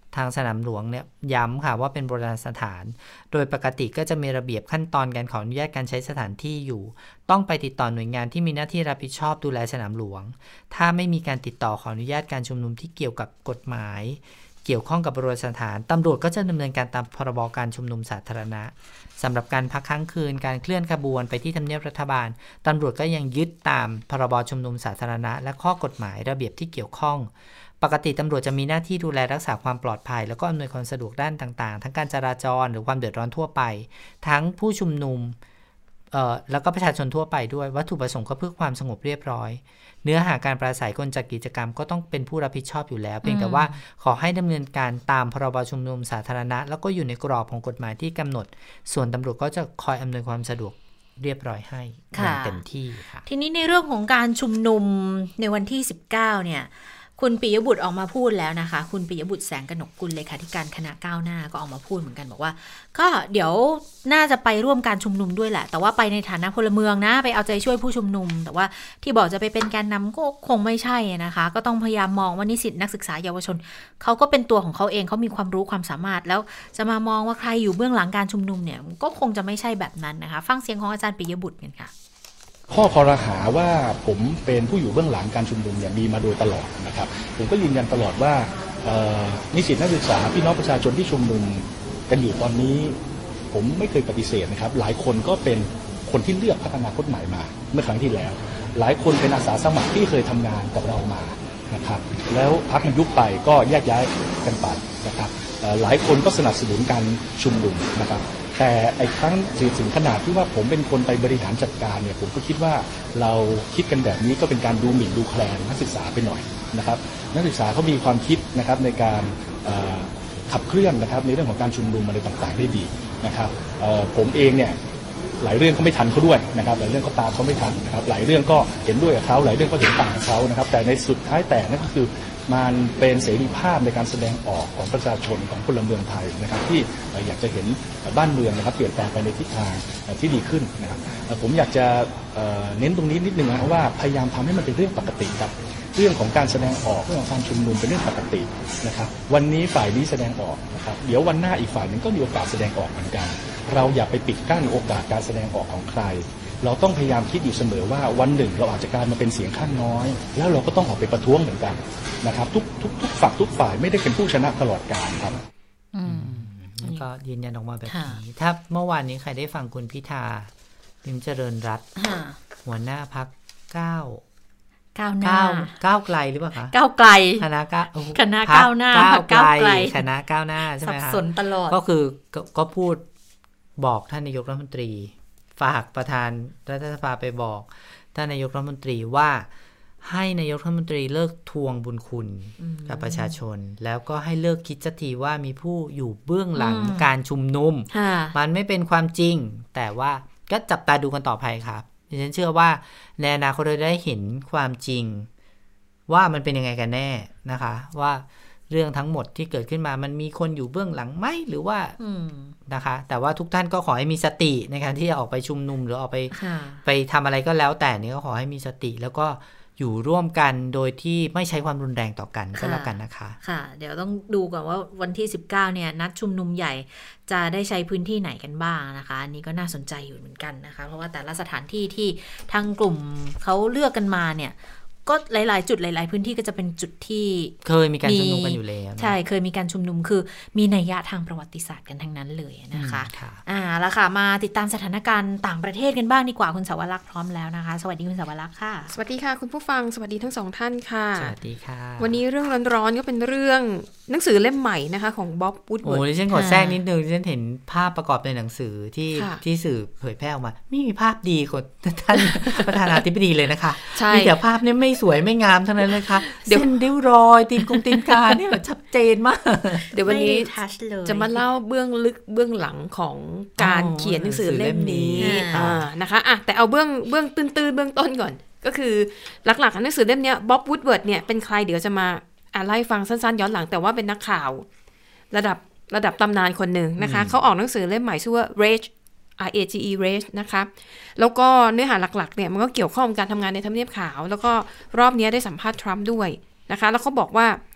ทางสนามหลวงเนี่ยย้ำค่ะว่าเป็นโบราณสถานโดยปกติก็จะมีระเบียบขั้นตอนการขออนุญาตการใช้สถานที่อยู่ต้องไปติดต่อหน่วยงานที่มีหน้าที่รับผิดชอบดูแลสนามหลวงถ้าไม่มีการติดต่อขออนุญาตการชุมนุมที่เกี่ยวกับกฎหมายเกี่ยวข้องกับโบราณสถานตำรวจก็จะดำเนินการตามพรบการชุมนุมสาธารณะสำหรับการพักค้างคืนการเคลื่อนขบวนไปที่ทำเนียบรัฐบาลตำรวจก็ยังยึดตามพรบชุมนุมสาธารณะและข้อกฎหมายระเบียบที่เกี่ยวข้องปกติตำรวจจะมีหน้าที่ดูแลรักษาความปลอดภัยแล้วก็อำนวยความสะดวกด้านต่างๆทั้งการจราจรหรือความเดือดร้อนทั่วไปทั้งผู้ชุมนุมเอ่อแล้วก็ประชาชนทั่วไปด้วยวัตถุประสงค์ก็เพื่อความสงบเรียบร้อยเนื้อหาการปราศัยคนจัดกิจกรรมก็ต้องเป็นผู้รับผิดชอบอยู่แล้วเพียงแต่ว่าขอให้ดำเนินการตามพรบชุมนุมสาธารณะแล้วก็อยู่ในกรอบของกฎหมายที่กำหนดส่วนตำรวจก็จะคอยอำนวยความสะดวกเรียบร้อยให้อย่างเต็มที่ค่ะทีนี้ในเรื่องของการชุมนุมในวันที่สิบเก้าเนี่ยคุณปิยบุตรออกมาพูดแล้วนะคะคุณปิยบุตรแสงกนกกุลเลขาธิการคณะก้าวหน้าก็ออกมาพูดเหมือนกันบอกว่าก็เดี๋ยวน่าจะไปร่วมการชุมนุมด้วยแหละแต่ว่าไปในฐานะพลเมืองนะไปเอาใจช่วยผู้ชุมนุมแต่ว่าที่บอกจะไปเป็นแกนนำก็คงไม่ใช่นะคะก็ต้องพยายามมองว่านิสิตนักศึกษาเยาวชนเขาก็เป็นตัวของเขาเองเขามีความรู้ความสามารถแล้วจะมามองว่าใครอยู่เบื้องหลังการชุมนุมเนี่ยก็คงจะไม่ใช่แบบนั้นนะคะฟังเสียงของอาจารย์ปิยบุตรกันค่ะข้อคอรหาว่าผมเป็นผู้อยู่เบื้องหลังการชุมนุมเนี่ยมีมาโดยตลอดนะครับผมก็ยืนยันตลอดว่านิสิตนักศึกษาพี่น้องประชาชนที่ชุมนุมกันอยู่ตอนนี้ผมไม่เคยปฏิเสธนะครับหลายคนก็เป็นคนที่เลือกพรรคอนาคตใหม่มาเมื่อครั้งที่แล้วหลายคนเป็นอาสาสมัครที่เคยทำงานกับเรามานะครับแล้วพรรคมันยุบไปก็แยกย้ายกันไปนะครับหลายคนก็สนับสนุนการชุมนุมนะครับแต่ไอ้ครั้งถึงขนาดที่ว่าผมเป็นคนไปบริหารจัดการเนี่ยผมก็คิดว่าเราคิดกันแบบนี้ก็เป็นการดูหมิ่นดูแคลนนักศึกษาไปหน่อยนะครับนักศึกษาเขามีความคิดนะครับในการขับเคลื่อนนะครับในเรื่องของการชุมนุมอะไรต่างๆได้ดีนะครับผมเองเนี่ยหลายเรื่องก็ไม่ทันเขาด้วยนะครับหลายเรื่องก็ตามเขาไม่ทันนะครับหลายเรื่องก็เห็นด้วยกับเขาหลายเรื่องก็เห็นต่างกับเขานะครับแต่ในสุดท้ายแต่นั่นก็คือมันเป็นเสรีภาพในการแสดงออกของประชาชนของพลเมืองไทยนะครับที่อยากจะเห็นบ้านเมืองนะครับเปลี่ยนแปลงไปในทิศทางที่ดีขึ้นนะครับผมอยากจะเน้นตรงนี้นิดนึงนะว่าพยายามทำให้มันเป็นเรื่องปกติครับเรื่องของการแสดงออกเรื่องของการชุมนุมเป็นเรื่องปกตินะครับวันนี้ฝ่ายนี้แสดงออกนะครับเดี๋ยววันหน้าอีกฝ่ายหนึ่งก็มีโอกาสแสดงออกเหมือนกันเราอย่าไปปิดกั้นโอกาสการแสดงออกของใครเราต้องพยายามคิดอยู่เสมอว่าวันหนึ่งเราอาจจะกลายมาเป็นเสียงข้างน้อยแล้วเราก็ต้องออกไปประท้วงเหมือนกันนะครับทุกทุกทุกฝั่งทุกฝ่ายไม่ได้เป็นผู้ชนะตลอดกาลครับอืมก็ยืนยันออกมาแบบนี้ถ้าเมื่อวานนี้ใครได้ฟังคุณพิธาลิมเจริญรัตน์หัวหน้าพรรคก้าวก้าวหน้าก้าวไกลหรือเปล่าคะก้าวไกลคณะก้าวคณะก้าวหน้าก้าวไกลคณะก้าวหน้าใช่ไหมคะสับสนตลอดก็คือก็พูดบอกท่านนายกรัฐมนตรีฝากประธานรัฐสภาไปบอกท่านนายกรัฐมนตรีว่าให้นายกรัฐมนตรีเลิกทวงบุญคุณกับประชาชนแล้วก็ให้เลิกคิดสักทีว่ามีผู้อยู่เบื้องหลังการชุมนุมมันไม่เป็นความจริงแต่ว่าก็จับตาดูกันต่อไปครับดิฉันเชื่อว่าในอนาคตเราได้เห็นความจริงว่ามันเป็นยังไงกันแน่นะคะว่าเรื่องทั้งหมดที่เกิดขึ้นมามันมีคนอยู่เบื้องหลังไหมหรือว่านะคะแต่ว่าทุกท่านก็ขอให้มีสติในการที่จะออกไปชุมนุมหรือออกไปไปทำอะไรก็แล้วแต่นี่ก็ขอให้มีสติแล้วก็อยู่ร่วมกันโดยที่ไม่ใช้ความรุนแรงต่อกันก็แล้วกันนะคะค่ะเดี๋ยวต้องดูก่อนว่าวันที่สิบเก้าเนี่ยนัดชุมนุมใหญ่จะได้ใช้พื้นที่ไหนกันบ้างนะคะอันนี้ก็น่าสนใจอยู่เหมือนกันนะคะเพราะว่าแต่ละสถานที่ที่ทางกลุ่มเขาเลือกกันมาเนี่ยก็หลายๆจุดหลายๆพื้นที่ก็จะเป็นจุดที่เคยมีการชุมนุมกันอยู่แล้วใช่เคยมีการชุมนุมคือมีนัยยะทางประวัติศาสตร์กันทั้งนั้นเลยนะคะอ่าแล้วค่ะมาติดตามสถานการณ์ต่างประเทศกันบ้างดีกว่าคุณสาวรักษ์พร้อมแล้วนะคะสวัสดีคุณสาวรักษ์ค่ะสวัสดีค่ะคุณผู้ฟังสวัสดีทั้งสองท่านค่ะสวัสดีค่ะวันนี้เรื่องร้อนๆก็เป็นเรื่องหนังสือเล่มใหม่นะคะของบ๊อบวูดเวิร์ดโอ้ดิฉันขอแทรกนิดนึงดิฉันเห็นภาพประกอบในหนังสือที่ที่สื่อเผยแพร่ออกมาไม่มีภาพดีกว่าท่านประธานาธิบดีเลยนะคะมีแต่ภาพนี้ไม่สวยไม่งามทั้งนั้นเลยค่ะเดี๋ยวริ้วรอยตีนกุงตีนกาเนี่ยชัดเจนมากเดี๋ยววันนี้จะมาเล่าเบื้องลึกเบื้องหลังของการเขียนหนังสือเล่มนี้อ่านะคะอ่ะแต่เอาเบื้องเบื้องตื้นๆเบื้องต้นก่อนก็คือหลักๆหนังสือเล่มนี้บ๊อบวูดเวิร์ดเนี่ยเป็นใครเดี๋ยวจะมาอ่านไล่ฟังสั้นๆย้อนหลังแต่ว่าเป็นนักข่าวระดับระดับตำนานคนหนึ่งนะคะเขาออกหนังสือเล่มใหม่ชื่อว่า Rage R A G E Rage นะคะแล้วก็เนื้อหาหลักๆเนี่ยมันก็เกี่ยวข้องกับการทำงานในทำเนียบขาวแล้วก็รอบนี้ได้สัมภาษณ์ทรัมป์ด้วยนะคะแล้วเขาบอกว่า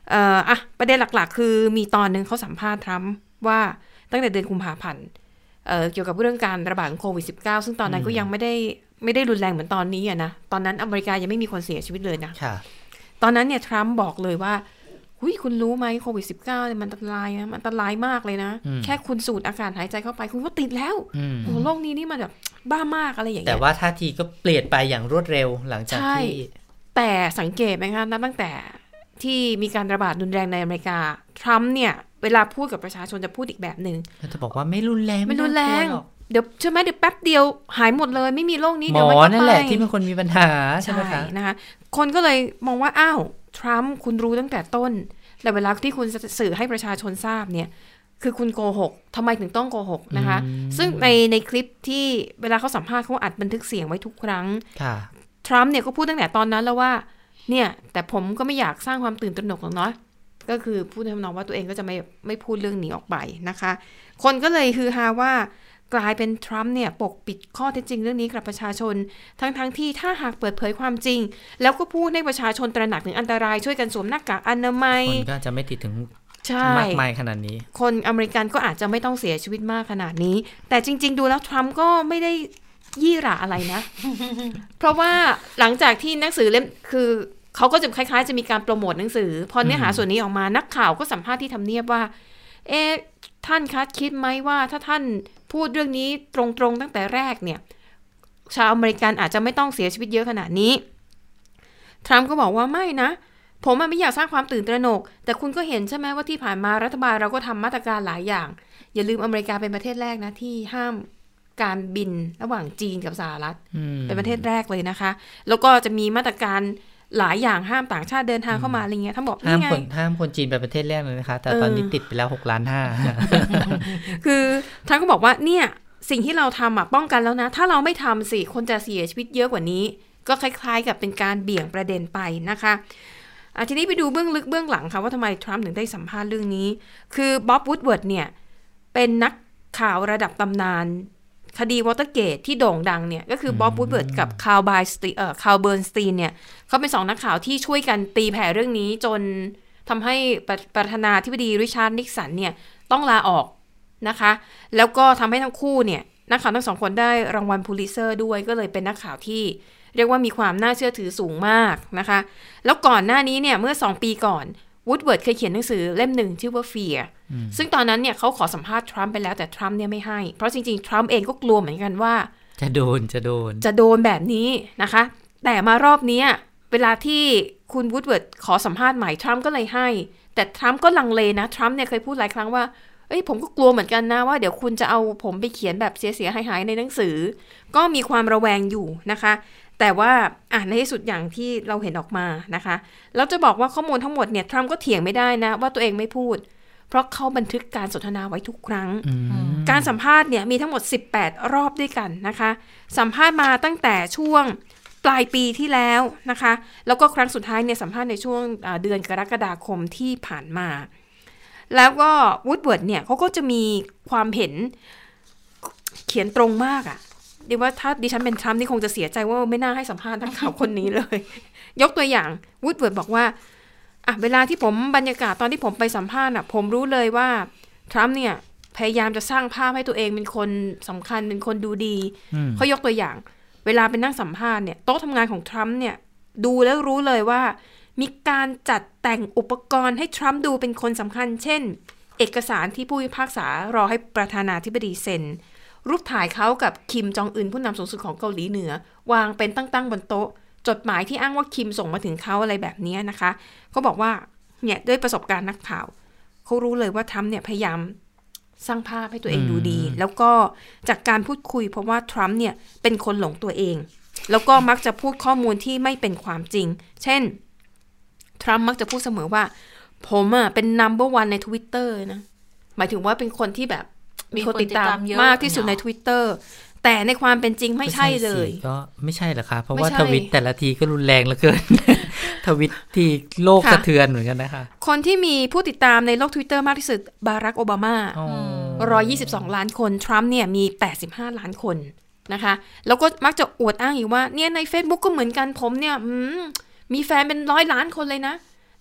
เอ่ออ่ะประเด็นหลักๆคือมีตอนนึงเขาสัมภาษณ์ทรัมป์ว่าตั้งแต่เดือนกุมภาพันธ์เอ่อเกี่ยวกับเรื่องการระบาดของโควิด สิบเก้า ซึ่งตอนนั้นก็ยังไม่ได้ไม่ได้รุนแรงเหมือนตอนนี้อ่ะนะตอนนั้นอเมริกายังไม่มีคนเสียชีวิตเลยนะตอนนั้นเนี่ยทรัมป์บอกเลยว่าหุ้ยคุณรู้ไหมโควิด สิบเก้า เนี่ยมันอันตรายนะมันอันตรายมากเลยนะแค่คุณสูดอากาศหายใจเข้าไปคุณก็ติดแล้วโอ้โลกนี้นี่มันแบบบ้ามากอะไรอย่างเงี้ยแต่ว่าท่าทีก็เปลี่ยนไปอย่างรวดเร็วหลังจากที่แต่สังเกตไหมคะนับตั้งแต่ที่มีการระบาดรุนแรงในอเมริกาทรัมป์เนี่ยเวลาพูดกับประชาชนจะพูดอีกแบบนึงจะบอกว่าไม่รุนแรงไม่รุนแรงเดี๋ยวใช่ไหมเดี๋ยวแป๊บเดียวหายหมดเลยไม่มีโรคนี้เดี๋ยวมันก็ไปหมอนั่นแหละที่เป็นคนมีปัญหาใช่ไหมคะนะคะคนก็เลยมองว่าอ้าวทรัมป์คุณรู้ตั้งแต่ต้นแต่เวลาที่คุณสื่อให้ประชาชนทราบเนี่ยคือคุณโกหกทำไมถึงต้องโกหกนะคะซึ่งในในคลิปที่เวลาเขาสัมภาษณ์เขาอัดบันทึกเสียงไว้ทุกครั้งทรัมป์เนี่ยก็พูดตั้งแต่ตอนนั้นแล้วว่าเนี่ยแต่ผมก็ไม่อยากสร้างความตื่นตระหนกหรอกเนาะก็คือพูดทำนองว่าตัวเองก็จะไม่ไม่พูดเรื่องนี้ออกไปนะคะคนก็เลยฮือฮาว่ากลายเป็นทรัมป์เนี่ยปกปิดข้อเท็จจริงเรื่องนี้กับประชาชนทั้งๆ ท, ที่ถ้าหากเปิดเผยความจริงแล้วก็พูดให้ประชาชนตระหนักถึงอันตรายช่วยกันสวมหน้ากากอนามัยคนก็จะไม่ติดถึงมากมายขนาดนี้คนอเมริกันก็อาจจะไม่ต้องเสียชีวิตมากขนาดนี้แต่จริงๆดูแล้วทรัมป์ก็ไม่ได้ยี่หร่าอะไรนะ เพราะว่าหลังจากที่หนังสือเล่มคือเขาก็จะคล้ายๆจะมีการโปรโมทหนังสือพอเนื้อหาส่วนนี้ออกมานักข่าวก็สัมภาษณ์ที่ทำเนียบว่าเอ๊ะท่านคะคิดไหมว่าถ้าท่านพูดเรื่องนี้ตรงๆตั้งแต่แรกเนี่ยชาวอเมริกันอาจจะไม่ต้องเสียชีวิตเยอะขนาดนี้ทรัมป์ก็บอกว่าไม่นะผมไม่อยากสร้างความตื่นตระหนกแต่คุณก็เห็นใช่ไหมว่าที่ผ่านมารัฐบาลเราก็ทำมาตรการหลายอย่างอย่าลืมอเมริกาเป็นประเทศแรกนะที่ห้ามการบินระหว่างจีนกับสหรัฐเป็นประเทศแรกเลยนะคะแล้วก็จะมีมาตรการหลายอย่างห้ามต่างชาติเดินทางเข้ามาอะไรเงี้ยท่านบอกห้ามคนห้ามคนจีนไปประเทศแรกเลยนะคะแต่ตอนนี้ติดไปแล้วหกล้านห้าคือท่านก็บอกว่าเนี่ยสิ่งที่เราทำอ่ะป้องกันแล้วนะถ้าเราไม่ทำสิคนจะเสียชีวิตเยอะกว่านี้ก็คล้ายๆกับเป็นการเบี่ยงประเด็นไปนะคะทีนี้ไปดูเบื้องลึกเบื้องหลังค่ะว่าทำไมทรัมป์ถึงได้สัมภาษณ์เรื่องนี้คือบ๊อบวูดเวิร์ดเนี่ยเป็นนักข่าวระดับตำนานคดีวอเตอร์เกตที่โด่งดังเนี่ยก็คือบ๊อบวูดเวิร์ดกับคาร์ลไบสตีเอ่อคาร์ลเบิร์นสตีนเนี่ยเขาเป็นสองนักข่าวที่ช่วยกันตีแผ่เรื่องนี้จนทำให้ประธานาธิบดีริชาร์ดนิกสันเนี่ยต้องลาออกนะคะแล้วก็ทำให้ทั้งคู่เนี่ยนักข่าวทั้งสองคนได้รางวัลพูลิเซอร์ด้วยก็เลยเป็นนักข่าวที่เรียกว่ามีความน่าเชื่อถือสูงมากนะคะแล้วก่อนหน้านี้เนี่ยเมื่อสองปีก่อนวูดเวิร์ดเคยเขียนหนังสือเล่มหนึ่งชื่อว่า Fear ซึ่งตอนนั้นเนี่ยเขาขอสัมภาษณ์ทรัมป์ไปแล้วแต่ทรัมป์เนี่ยไม่ให้เพราะจริงๆทรัมป์เองก็กลัวเหมือนกันว่าจะโดนจะโดนจะโดนแบบนี้นะคะแต่มารอบนี้เวลาที่คุณวูดเวิร์ดขอสัมภาษณ์ใหม่ทรัมป์ก็เลยให้แต่ทรัมป์ก็ลังเลนะทรัมป์เนี่ยเคยพูดหลายครั้งว่าเอ้ยผมก็กลัวเหมือนกันนะว่าเดี๋ยวคุณจะเอาผมไปเขียนแบบเสียๆหายๆในหนังสือก็มีความระแวงอยู่นะคะแต่ว่าอ่ะในที่สุดอย่างที่เราเห็นออกมานะคะแล้วจะบอกว่าข้อมูลทั้งหมดเนี่ยทรัมป์ก็เถียงไม่ได้นะว่าตัวเองไม่พูดเพราะเขาบันทึกการสนทนาไว้ทุกครั้งการสัมภาษณ์เนี่ยมีทั้งหมดสิบแปดรอบด้วยกันนะคะสัมภาษณ์มาตั้งแต่ช่วงปลายปีที่แล้วนะคะแล้วก็ครั้งสุดท้ายเนี่ยสัมภาษณ์ในช่วงเดือนกรกฎาคมที่ผ่านมาแล้วก็วูดเวิร์ดเนี่ยเขาก็จะมีความเห็นเขียนตรงมากอะดิว่าถ้าดิฉันเป็นทรัมป์นี่คงจะเสียใจว่าไม่น่าให้สัมภาษณ์นักข่าวคนนี้เลย ยกตัวอย่างวูดเวิร์ดบอกว่าอ่ะเวลาที่ผมบรรยากาศตอนที่ผมไปสัมภาษณ์อ่ะผมรู้เลยว่าทรัมป์เนี่ยพยายามจะสร้างภาพให้ตัวเองเป็นคนสำคัญเป็นคนดูดีเขายกตัวอย่างเวลาเป็นนั่งสัมภาษณ์เนี่ยโต๊ะทำงานของทรัมป์เนี่ยดูแล้วรู้เลยว่ามีการจัดแต่งอุปกรณ์ให้ทรัมป์ดูเป็นคนสำคัญเช่นเอกสารที่ผู้พิพากษารอให้ประธานาธิบดีเซ็นรูปถ่ายเขากับคิมจองอึนผู้นำสูงสุดของเกาหลีเหนือวางเป็นตั้งๆบนโต๊ะจดหมายที่อ้างว่าคิมส่งมาถึงเขาอะไรแบบนี้นะคะเขาบอกว่าเนี่ยด้วยประสบการณ์นักข่าวเขารู้เลยว่าทรัมป์เนี่ยพยายามสร้างภาพให้ตัวเองดูดีแล้วก็จากการพูดคุยเพราะว่าทรัมป์เนี่ยเป็นคนหลงตัวเองแล้วก็มักจะพูดข้อมูลที่ไม่เป็นความจริงเช่นทรัมป์มักจะพูดเสมอว่าผมอ่ะเป็น number one ใน Twitter นะหมายถึงว่าเป็นคนที่แบบมีคนติดตามมากที่สุดใน Twitter แต่ในความเป็นจริงไม่ใช่เลยก็ไม่ใช่หรอกค่ะเพราะว่าทวิตแต่ละทีก็รุนแรงเหลือเกิน ทวิตที่โลกสะเทือนเหมือนกันนะคะคนที่มีผู้ติดตามในโลก Twitter มากที่สุดบารักโอบามาหนึ่งร้อยยี่สิบสองล้านคนทรัมป์เนี่ยมีแปดสิบห้าล้านคนนะคะแล้วก็มักจะอวดอ้างอยู่ว่าเนี่ยใน Facebook ก็เหมือนกันผมเนี่ยมีแฟนเป็นร้อยล้านคนเลยนะ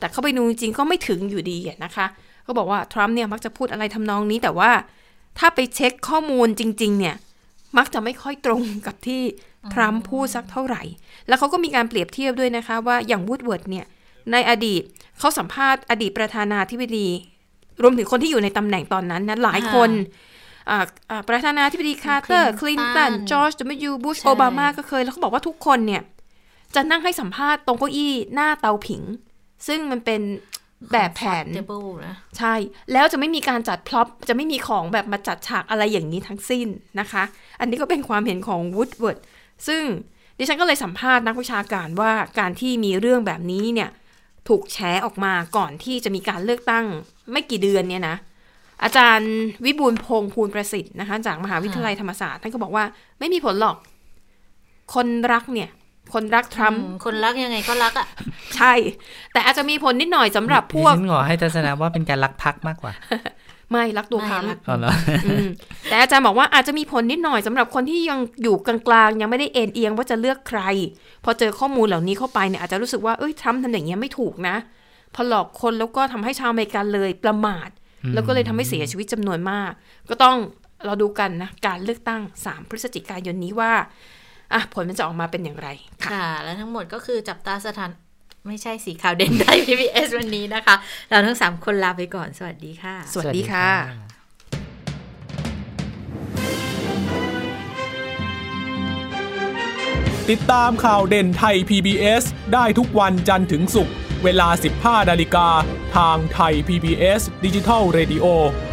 แต่เข้าไปดูจริงๆก็ไม่ถึงอยู่ดีนะคะก็บอกว่าทรัมป์เนี่ยมักจะพูดอะไรทำนองนี้แต่ว่าถ้าไปเช็คข้อมูลจริงๆเนี่ยมักจะไม่ค่อยตรงกับที่ทรัมป์พูดสักเท่าไหร่แล้วเขาก็มีการเปรียบเทียบด้วยนะคะว่าอย่างวูดเวิร์ดเนี่ยในอดีตเขาสัมภาษณ์อดีตประธานาธิบดีรวมถึงคนที่อยู่ในตำแหน่งตอนนั้นนะหลายคนประธานาธิบดีคาร์เตอร์คลินตันจอร์จ ดับเบิลยู บุชโอบามาก็เคยแล้วเขาบอกว่าทุกคนเนี่ยจะนั่งให้สัมภาษณ์ตรงเก้าอี้หน้าเตาผิงซึ่งมันเป็นแบบแผนใช่แล้วจะไม่มีการจัดพร็อพจะไม่มีของแบบมาจัดฉากอะไรอย่างนี้ทั้งสิ้นนะคะอันนี้ก็เป็นความเห็นของวูดเวิร์ดซึ่งดิฉันก็เลยสัมภาษณ์นักวิชาการว่าการที่มีเรื่องแบบนี้เนี่ยถูกแฉออกมาก่อนที่จะมีการเลือกตั้งไม่กี่เดือนเนี่ยนะอาจารย์วิบูลย์พงษ์ภูลประสิทธิ์นะคะจากมหาวิทยาลัยธรรมศาสตร์ท่านก็บอกว่าไม่มีผลหรอกคนรักเนี่ยคนรักทรัมป์คนรักยังไงก็รักอ่ะใช่แต่อาจจะมีผลนิดหน่อยสำหรับพวกฉันขอให้ทัศนะว่าเป็นการรักพรรคมากกว่าไม่รักตัวพรรคอ๋อเหรอแต่อาจารย์บอกว่าอาจจะมีผลนิดหน่อยสำหรับคนที่ยังอยู่กลางๆยังไม่ได้เอ็นเอียงว่าจะเลือกใครพอเจอข้อมูลเหล่านี้เข้าไปเนี่ยอาจจะรู้สึกว่าเอ้ยทรัมป์ทำอย่างเงี้ยไม่ถูกนะพอหลอกคนแล้วก็ทำให้ชาวอเมริกันเลยประมาทแล้วก็เลยทำให้เสียชีวิตจำนวนมากก็ต้องเราดูกันนะการเลือกตั้งสามพฤศจิกายนนี้ว่าอ่ะผลมันจะออกมาเป็นอย่างไรค่ะและทั้งหมดก็คือจับตาสถานไม่ใช่สีข่าวเด่นไทย พี บี เอส วันนี้นะคะเราทั้งสามคนลาไปก่อนสวัสดีค่ะสวัสดีค่ะติดตามข่าวเด่นไทย พี บี เอส ได้ทุกวันจันทร์ถึงศุกร์เวลา สิบห้านาฬิกาทางไทย พี บี เอส Digital Radio